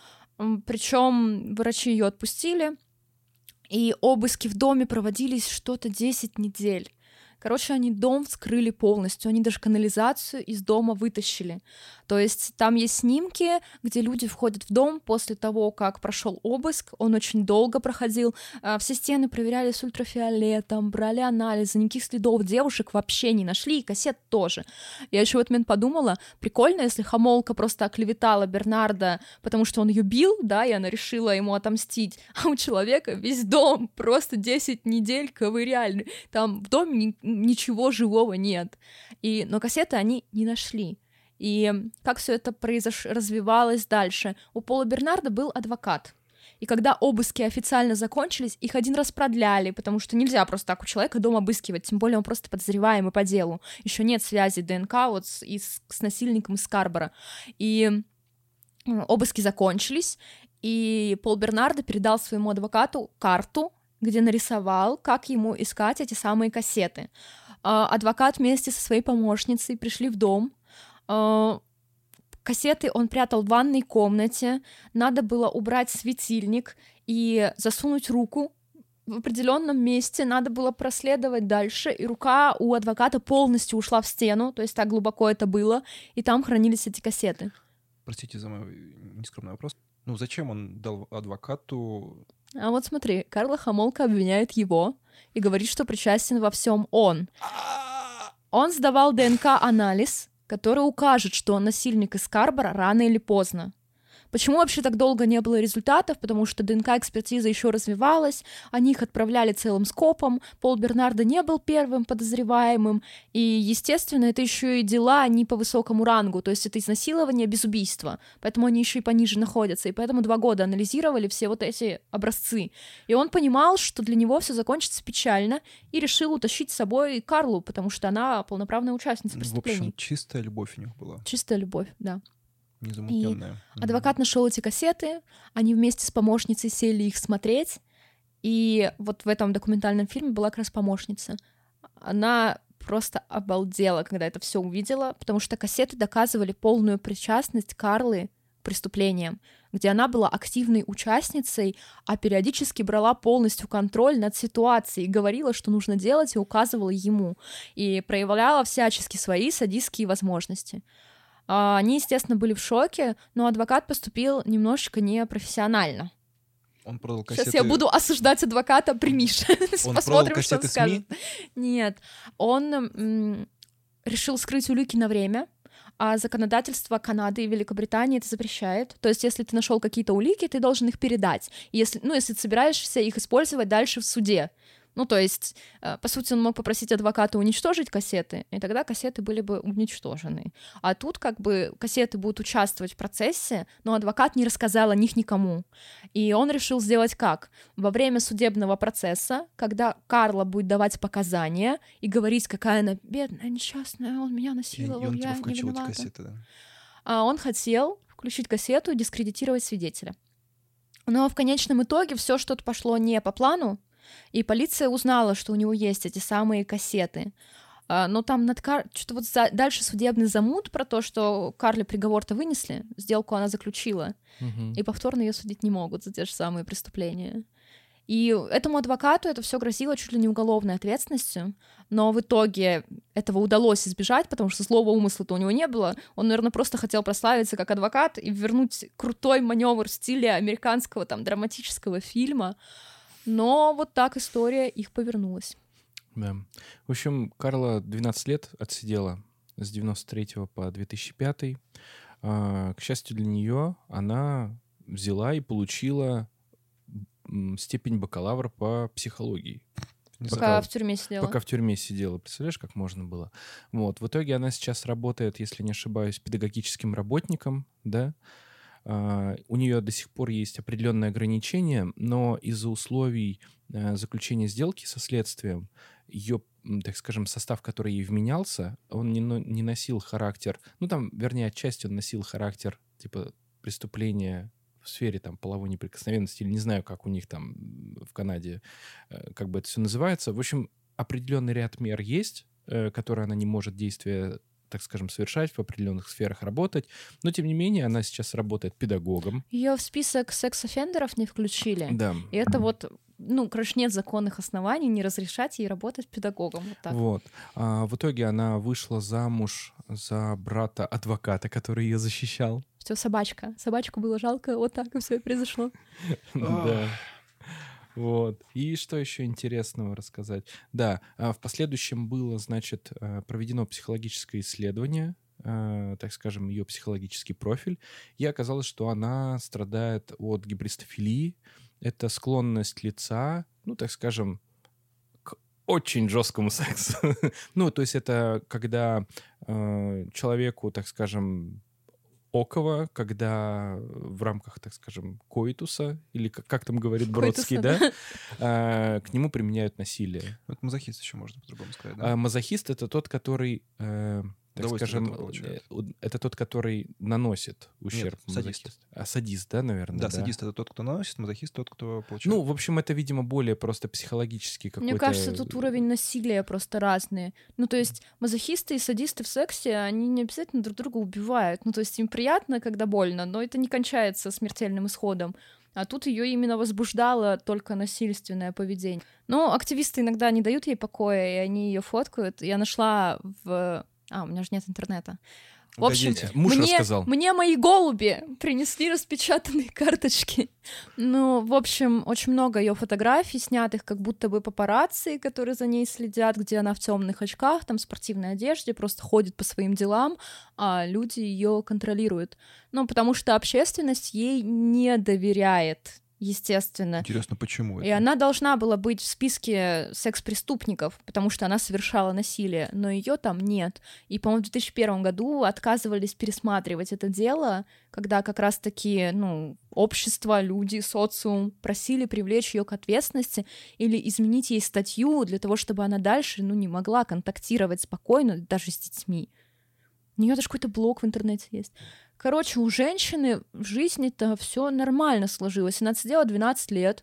Причем врачи ее отпустили, и обыски в доме проводились что-то 10 недель. Короче, они дом вскрыли полностью, они даже канализацию из дома вытащили. То есть там есть снимки, где люди входят в дом после того, как прошел обыск, он очень долго проходил, все стены проверяли с ультрафиолетом, брали анализы, никаких следов девушек вообще не нашли, и кассет тоже. Я еще в этот момент подумала, прикольно, если Хомолка просто оклеветала Бернардо, потому что он ее бил, да, и она решила ему отомстить, а у человека весь дом просто 10 недель ковыряли, там в доме ничего живого нет. Но кассеты они не нашли. И как все это развивалось дальше? У Пола Бернардо был адвокат. И когда обыски официально закончились, их один раз продляли, потому что нельзя просто так у человека дома обыскивать, тем более он просто подозреваемый по делу. Еще нет связи ДНК вот с насильником из Скарборо. И обыски закончились, и Пол Бернардо передал своему адвокату карту, где нарисовал, как ему искать эти самые кассеты. Адвокат вместе со своей помощницей пришли в дом. Кассеты он прятал в ванной комнате. Надо было убрать светильник и засунуть руку в определенном месте. Надо было проследовать дальше, и рука у адвоката полностью ушла в стену, то есть так глубоко это было, и там хранились эти кассеты. Простите за мой нескромный вопрос. Ну, зачем он дал адвокату... А вот смотри, Карла Хомолка обвиняет его и говорит, что причастен во всем он. Он сдавал ДНК-анализ, который укажет, что он насильник из Скарборо рано или поздно. Почему вообще так долго не было результатов? Потому что ДНК-экспертиза еще развивалась, они их отправляли целым скопом, Пол Бернардо не был первым подозреваемым, и, естественно, это еще и дела не по высокому рангу, то есть это изнасилование без убийства, поэтому они еще и пониже находятся, и поэтому 2 года анализировали все вот эти образцы. И он понимал, что для него все закончится печально, и решил утащить с собой Карлу, потому что она полноправная участница преступления. В общем, чистая любовь у них была. Чистая любовь, да. Незамутненная. И адвокат нашел эти кассеты, они вместе с помощницей сели их смотреть, и вот в этом документальном фильме была как раз помощница. Она просто обалдела, когда это все увидела, потому что кассеты доказывали полную причастность Карлы к преступлениям, где она была активной участницей, а периодически брала полностью контроль над ситуацией, говорила, что нужно делать, и указывала ему, и проявляла всячески свои садистские возможности. Они, естественно, были в шоке, но адвокат поступил немножечко непрофессионально. Он продал кассеты... Сейчас я буду осуждать адвоката при Мише. Посмотрим, что он скажет. Нет, он решил скрыть улики на время. а законодательство Канады и Великобритании это запрещает. То есть, если ты нашел какие-то улики, ты должен их передать. Если ты собираешься их использовать дальше в суде. Ну, то есть, по сути, он мог попросить адвоката уничтожить кассеты, и тогда кассеты были бы уничтожены. А тут как бы кассеты будут участвовать в процессе, но адвокат не рассказал о них никому. И он решил сделать как? Во время судебного процесса, когда Карла будет давать показания и говорить, какая она бедная, несчастная, он меня насиловал, И он я не включил эти виновата. кассеты, да. А он хотел включить кассету и дискредитировать свидетеля. Но в конечном итоге все что-то пошло не по плану, и полиция узнала, что у него есть эти самые кассеты. Но там что-то вот дальше судебный замут про то, что Карле приговор-то вынесли, сделку она заключила, и повторно ее судить не могут за те же самые преступления. И этому адвокату это все грозило чуть ли не уголовной ответственностью, но в итоге этого удалось избежать, потому что злого умысла-то у него не было. Он, наверное, просто хотел прославиться как адвокат и вернуть крутой маневр в стиле американского там драматического фильма. Но вот так история их повернулась. Да. В общем, Карла 12 лет отсидела с 93 по 2005. К счастью для нее, она взяла и получила степень бакалавра по психологии. Пока в тюрьме сидела. Пока в тюрьме сидела. Представляешь, как можно было? Вот. В итоге она сейчас работает, если не ошибаюсь, педагогическим работником, да. У нее до сих пор есть определенные ограничения, но из-за условий заключения сделки со следствием ее, так скажем, состав, который ей вменялся, он не носил характер, вернее, отчасти он носил характер типа преступления в сфере там половой неприкосновенности, или не знаю, как у них там в Канаде, как бы это все называется. В общем, определенный ряд мер есть, которые она не может действия, так скажем, совершать, в определенных сферах работать, но, тем не менее, она сейчас работает педагогом. Ее в список секс-оффендеров не включили. Да. И это вот, короче, нет законных оснований не разрешать ей работать педагогом. Вот так. Вот. В итоге она вышла замуж за брата адвоката, который ее защищал. Все, собачка. Собачку было жалко, вот так и все произошло. Да. Вот. И что еще интересного рассказать? Да, в последующем было, значит, проведено психологическое исследование, так скажем, ее психологический профиль, и оказалось, что она страдает от гибристофилии. Это склонность лица, так скажем, к очень жесткому сексу. То есть это когда человеку, так скажем, оково, когда в рамках, так скажем, коитуса, или как там говорит Бродский, да, к нему применяют насилие. Вот мазохист еще можно по-другому сказать, да? Мазохист — это тот, который, так скажем, это тот, который наносит ущерб. Нет, садист. Садист, да, наверное? Да, садист — это тот, кто наносит, мазохист — тот, кто получает. В общем, это, видимо, более просто психологический какой-то... Мне кажется, тут уровень насилия просто разный. То есть мазохисты и садисты в сексе, они не обязательно друг друга убивают. То есть им приятно, когда больно, но это не кончается смертельным исходом. А тут ее именно возбуждало только насильственное поведение. Но активисты иногда не дают ей покоя, и они ее фоткают. Я нашла в... у меня же нет интернета. В общем, муж рассказал. Мне мои голуби принесли распечатанные карточки. В общем, очень много ее фотографий, снятых как будто бы папарацци, которые за ней следят, где она в темных очках, там в спортивной одежде, просто ходит по своим делам, а люди ее контролируют. Потому что общественность ей не доверяет. Естественно. Интересно, почему это? И она должна была быть в списке секс-преступников, потому что она совершала насилие, но ее там нет. И, по-моему, в 2001 году отказывались пересматривать это дело, когда как раз-таки, общество, люди, социум просили привлечь ее к ответственности или изменить ей статью для того, чтобы она дальше, не могла контактировать спокойно даже с детьми. У нее даже какой-то блог в интернете есть. Короче, у женщины в жизни-то все нормально сложилось. Она отсидела 12 лет.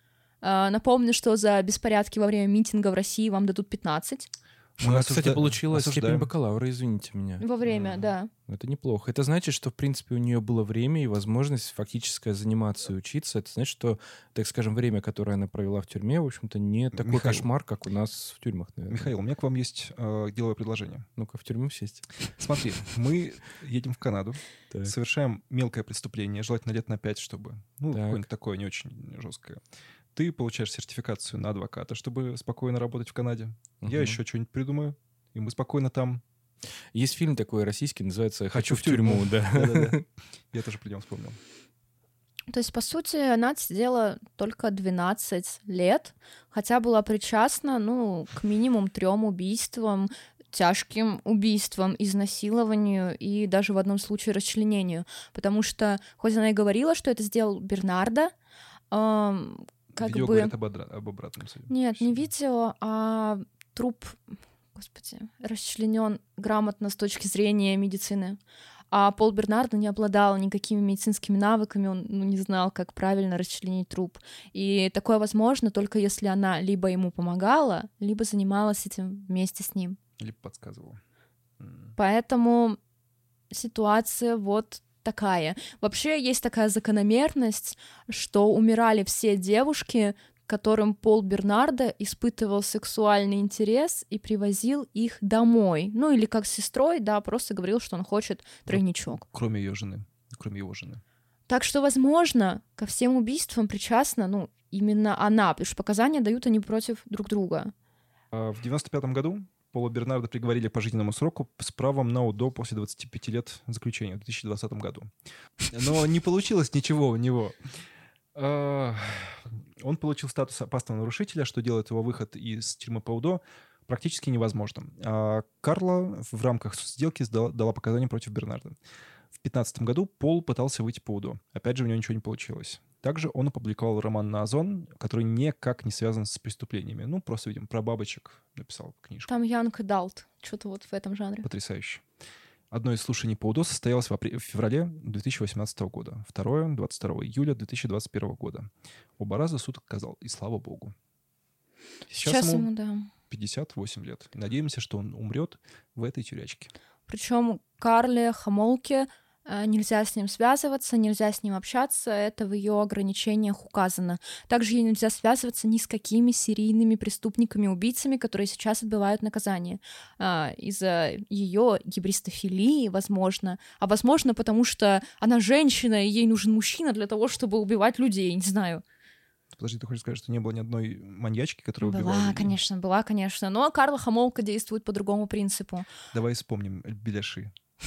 Напомню, что за беспорядки во время митинга в России вам дадут 15. Она, кстати, получила степень бакалавра, извините меня. Во время, да. Это неплохо. Это значит, что, в принципе, у нее было время и возможность фактическая заниматься и учиться. Это значит, что, так скажем, время, которое она провела в тюрьме, в общем-то, не такой кошмар, как у нас в тюрьмах, наверное. Михаил, у меня к вам есть деловое предложение. Ну-ка, в тюрьму сесть. Смотри, мы едем в Канаду, совершаем мелкое преступление, желательно лет на 5, чтобы, какое-нибудь такое не очень жесткое. Ты получаешь сертификацию на адвоката, чтобы спокойно работать в Канаде. Я еще что-нибудь придумаю, и мы спокойно там Есть фильм такой российский, называется «Хочу в тюрьму». Да. Да-да-да. Я тоже про него вспомнил. То есть, по сути, она отсидела только 12 лет, хотя была причастна, к минимум 3 убийствам, тяжким убийствам, изнасилованию и даже в одном случае расчленению. Потому что, хоть она и говорила, что это сделал Бернардо, Видео говорит об обратном. Нет, не видео, а труп, расчленен грамотно с точки зрения медицины. А Пол Бернардо не обладал никакими медицинскими навыками, он не знал, как правильно расчленить труп. И такое возможно только если она либо ему помогала, либо занималась этим вместе с ним. Либо подсказывала. Поэтому ситуация вот такая. Вообще есть такая закономерность, что умирали все девушки, которым Пол Бернардо испытывал сексуальный интерес и привозил их домой. Или как с сестрой, да, просто говорил, что он хочет тройничок. Кроме его жены. Так что, возможно, ко всем убийствам причастна, именно она, потому что показания дают они против друг друга. В 95-м году Пола Бернардо приговорили к пожизненному сроку с правом на УДО после 25 лет заключения в 2020 году. Но не получилось ничего у него. Он получил статус опасного нарушителя, что делает его выход из тюрьмы по УДО практически невозможным. Карла в рамках сделки дала показания против Бернардо. В 2015 году Пол пытался выйти по УДО. Опять же, у него ничего не получилось. Также он опубликовал роман на Озон, который никак не связан с преступлениями. Просто, видимо, про бабочек написал книжку. Там Young Adult, что-то вот в этом жанре. Потрясающе. Одно из слушаний по УДО состоялось в феврале 2018 года. Второе — 22 июля 2021 года. Оба раза суд отказал, и слава богу. Сейчас ему да. 58 лет. И надеемся, что он умрет в этой тюрячке. Причем Карле Хамолке нельзя с ним связываться, нельзя с ним общаться, это в ее ограничениях указано. Также ей нельзя связываться ни с какими серийными преступниками-убийцами, которые сейчас отбывают наказание. Из-за ее гибристофилии, возможно. А возможно, потому что она женщина, и ей нужен мужчина для того, чтобы убивать людей, не знаю. Подожди, ты хочешь сказать, что не было ни одной маньячки, которая убивала людей? Была, конечно. Но Карла Хамолка действует по другому принципу. Давай вспомним Беляши.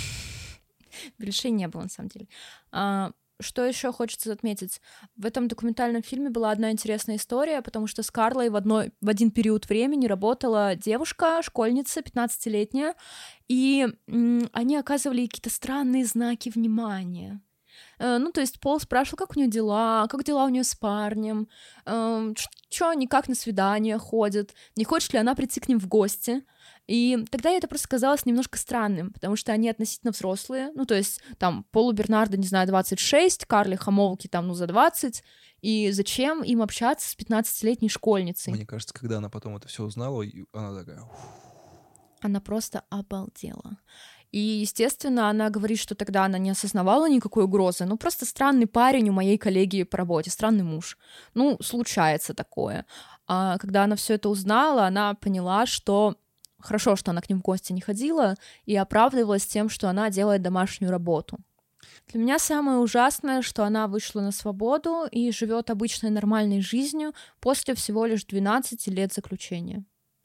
Беляшей не было, на самом деле. Что еще хочется отметить? В этом документальном фильме была одна интересная история, потому что с Карлой в один период времени работала девушка, школьница, 15-летняя, и они оказывали ей какие-то странные знаки внимания. То есть Пол спрашивал, как у нее дела, как дела у нее с парнем, что они как на свидания ходят, не хочет ли она прийти к ним в гости. И тогда это просто казалось немножко странным, потому что они относительно взрослые, то есть там Полу Бернардо, 26, Карле Хамолке за 20, и зачем им общаться с 15-летней школьницей? Мне кажется, когда она потом это все узнала, она такая... Она просто обалдела. И, естественно, она говорит, что тогда она не осознавала никакой угрозы. Просто странный парень у моей коллеги по работе, странный муж. Случается такое. А когда она все это узнала, она поняла, что хорошо, что она к ним в гости не ходила, и оправдывалась тем, что она делает домашнюю работу. Для меня самое ужасное, что она вышла на свободу и живет обычной нормальной жизнью после всего лишь 12 лет заключения.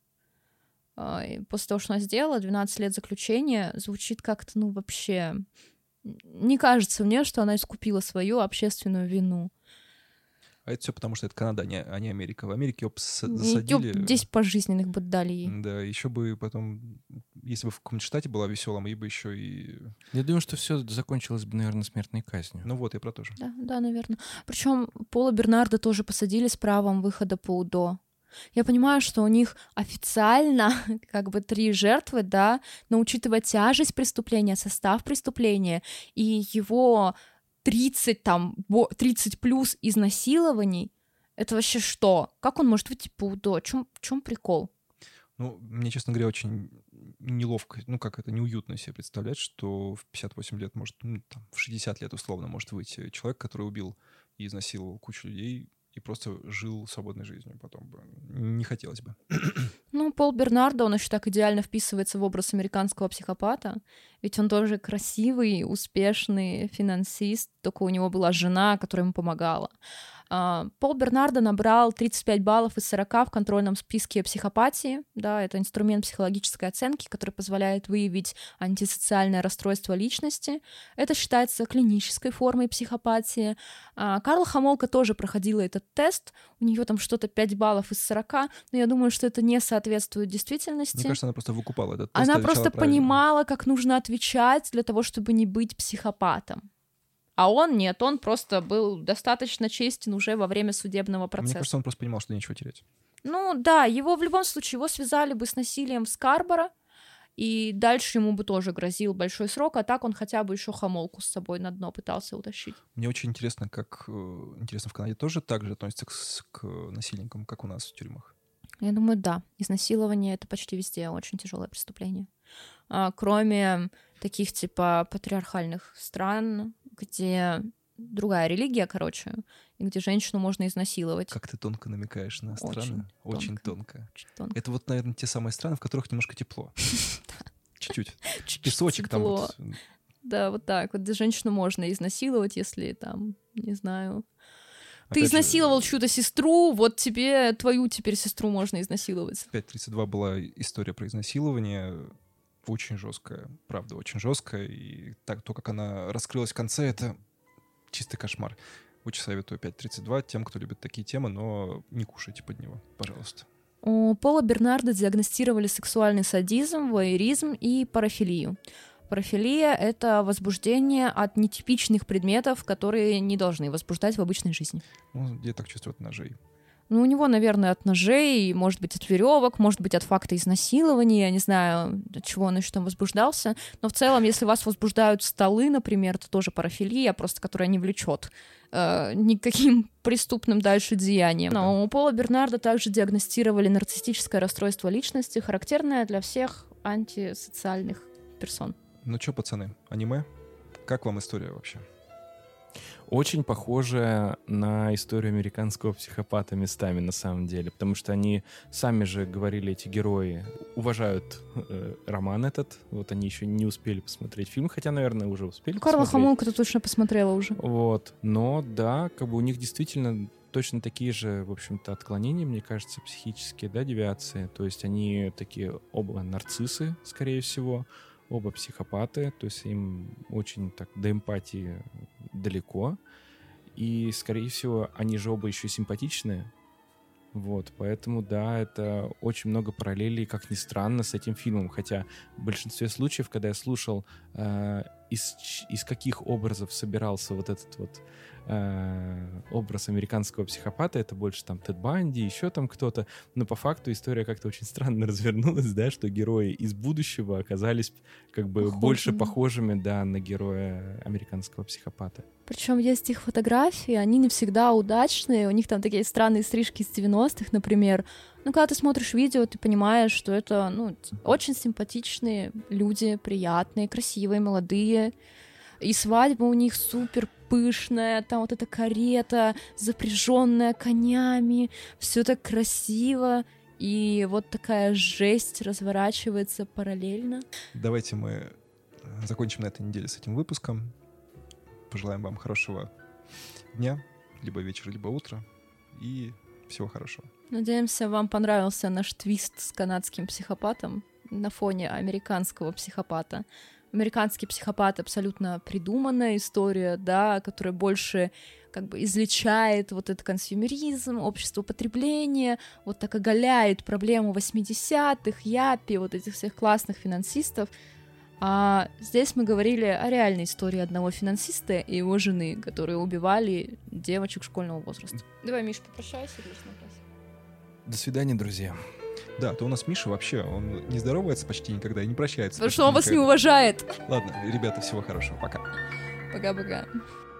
И после того, что она сделала, 12 лет заключения, звучит как-то, вообще... Не кажется мне, что она искупила свою общественную вину. А это все потому, что это Канада, а не Америка. В Америке его засадили... 10 пожизненных бы дали ей. Да, еще бы потом... Если бы в каком-то штате была веселом, ей бы еще и... Я думаю, что все закончилось бы, наверное, смертной казнью. Я про то же. Да, наверное. Причем Пола Бернардо тоже посадили с правом выхода по УДО. Я понимаю, что у них официально 3 жертвы, да, но учитывая тяжесть преступления, состав преступления и его 30 плюс изнасилований, это вообще что? Как он может выйти по УДО? В чем прикол? Мне, честно говоря, очень неловко, неуютно себе представлять, что в 58 лет, может, в 60 лет условно может выйти человек, который убил и изнасиловал кучу людей, и просто жил свободной жизнью потом бы. Не хотелось бы. Пол Бернардо, он еще так идеально вписывается в образ американского психопата, ведь он тоже красивый, успешный финансист, только у него была жена, которая ему помогала. Пол Бернардо набрал 35 баллов из 40 в контрольном списке психопатии. Да, это инструмент психологической оценки, который позволяет выявить антисоциальное расстройство личности. Это считается клинической формой психопатии. Карла Хомолка тоже проходила этот тест. У нее там что-то 5 баллов из 40, но я думаю, что это не соответствует действительности. Мне кажется, она просто выкупала этот тест. Она просто понимала, как нужно отвечать для того, чтобы не быть психопатом. А он нет, он просто был достаточно честен уже во время судебного процесса. Мне кажется, он просто понимал, что нечего терять. Ну да, его в любом случае, его связали бы с насилием в Скарборо, и дальше ему бы тоже грозил большой срок, а так он хотя бы еще Хомолку с собой на дно пытался утащить. Мне очень интересно, интересно, в Канаде тоже так же относятся к насильникам, как у нас в тюрьмах? Я думаю, да. Изнасилование — это почти везде очень тяжелое преступление. Кроме таких типа патриархальных стран, где другая религия, короче, и где женщину можно изнасиловать. Как ты тонко намекаешь на страны. Очень тонко. Это вот, наверное, те самые страны, в которых немножко тепло. Чуть-чуть. Песочек там вот. Да, вот так. Вот где женщину можно изнасиловать, если там, не знаю... Ты изнасиловал чью-то сестру, вот тебе твою теперь сестру можно изнасиловать. 5.32 была история про изнасилование. Очень жесткая, правда, очень жесткая. И так, то, как она раскрылась в конце, это чистый кошмар. Очень советую 5.32 тем, кто любит такие темы, но не кушайте под него, пожалуйста. У Пола Бернардо диагностировали сексуальный садизм, воеризм и парафилию. Парафилия — это возбуждение от нетипичных предметов, которые не должны возбуждать в обычной жизни. Ну, я так чувствую от ножей. Ну, у него, наверное, от ножей, может быть, от веревок, может быть, от факта изнасилования, я не знаю, от чего он еще там возбуждался. Но в целом, если вас возбуждают столы, например, это тоже парафилия, просто которая не влечет никаким преступным дальше деянием. Но у Пола Бернардо также диагностировали нарциссическое расстройство личности, характерное для всех антисоциальных персон. Ну что, пацаны, аниме? Как вам история вообще? Очень похожая на историю американского психопата местами, на самом деле, потому что они сами же говорили, эти герои уважают роман этот, вот они еще не успели посмотреть фильм, хотя, наверное, уже успели Карла посмотреть. Хомолка-то точно посмотрела уже. Вот, но да, как бы у них действительно точно такие же, в общем-то, отклонения, мне кажется, психические, да, девиации, то есть они такие оба нарциссы, скорее всего, оба психопаты, то есть им очень так до эмпатии далеко. И, скорее всего, они же оба еще симпатичные. Вот, поэтому, да, это очень много параллелей, как ни странно, с этим фильмом. Хотя в большинстве случаев, когда я слушал, из каких образов собирался вот этот вот образ американского психопата, это больше там Тед Банди, еще там кто-то, но по факту история как-то очень странно развернулась, да, что герои из будущего оказались как бы больше похожими, да, на героя американского психопата. Причем есть их фотографии, они не всегда удачные, у них там такие странные стрижки из 90-х, например. Ну, когда ты смотришь видео, ты понимаешь, что это, ну, очень симпатичные люди, приятные, красивые, молодые. И свадьба у них супер пышная, там вот эта карета, запряженная конями, все так красиво. И вот такая жесть разворачивается параллельно. Давайте мы закончим на этой неделе с этим выпуском. Пожелаем вам хорошего дня, либо вечера, либо утра. И всего хорошего. Надеемся, вам понравился наш твист с канадским психопатом на фоне американского психопата. Американский психопат — абсолютно придуманная история, да, которая больше как бы излечает вот этот консюмеризм, общество потребления, вот так оголяет проблему 80-х, япи, вот этих всех классных финансистов. А здесь мы говорили о реальной истории одного финансиста и его жены, которые убивали девочек школьного возраста. Давай, Миш, попрощайся, До свидания, друзья. Да, то у нас Миша вообще, он не здоровается почти никогда и не прощается. Потому что он вас не уважает. Ладно, ребята, всего хорошего. Пока. Пока-пока.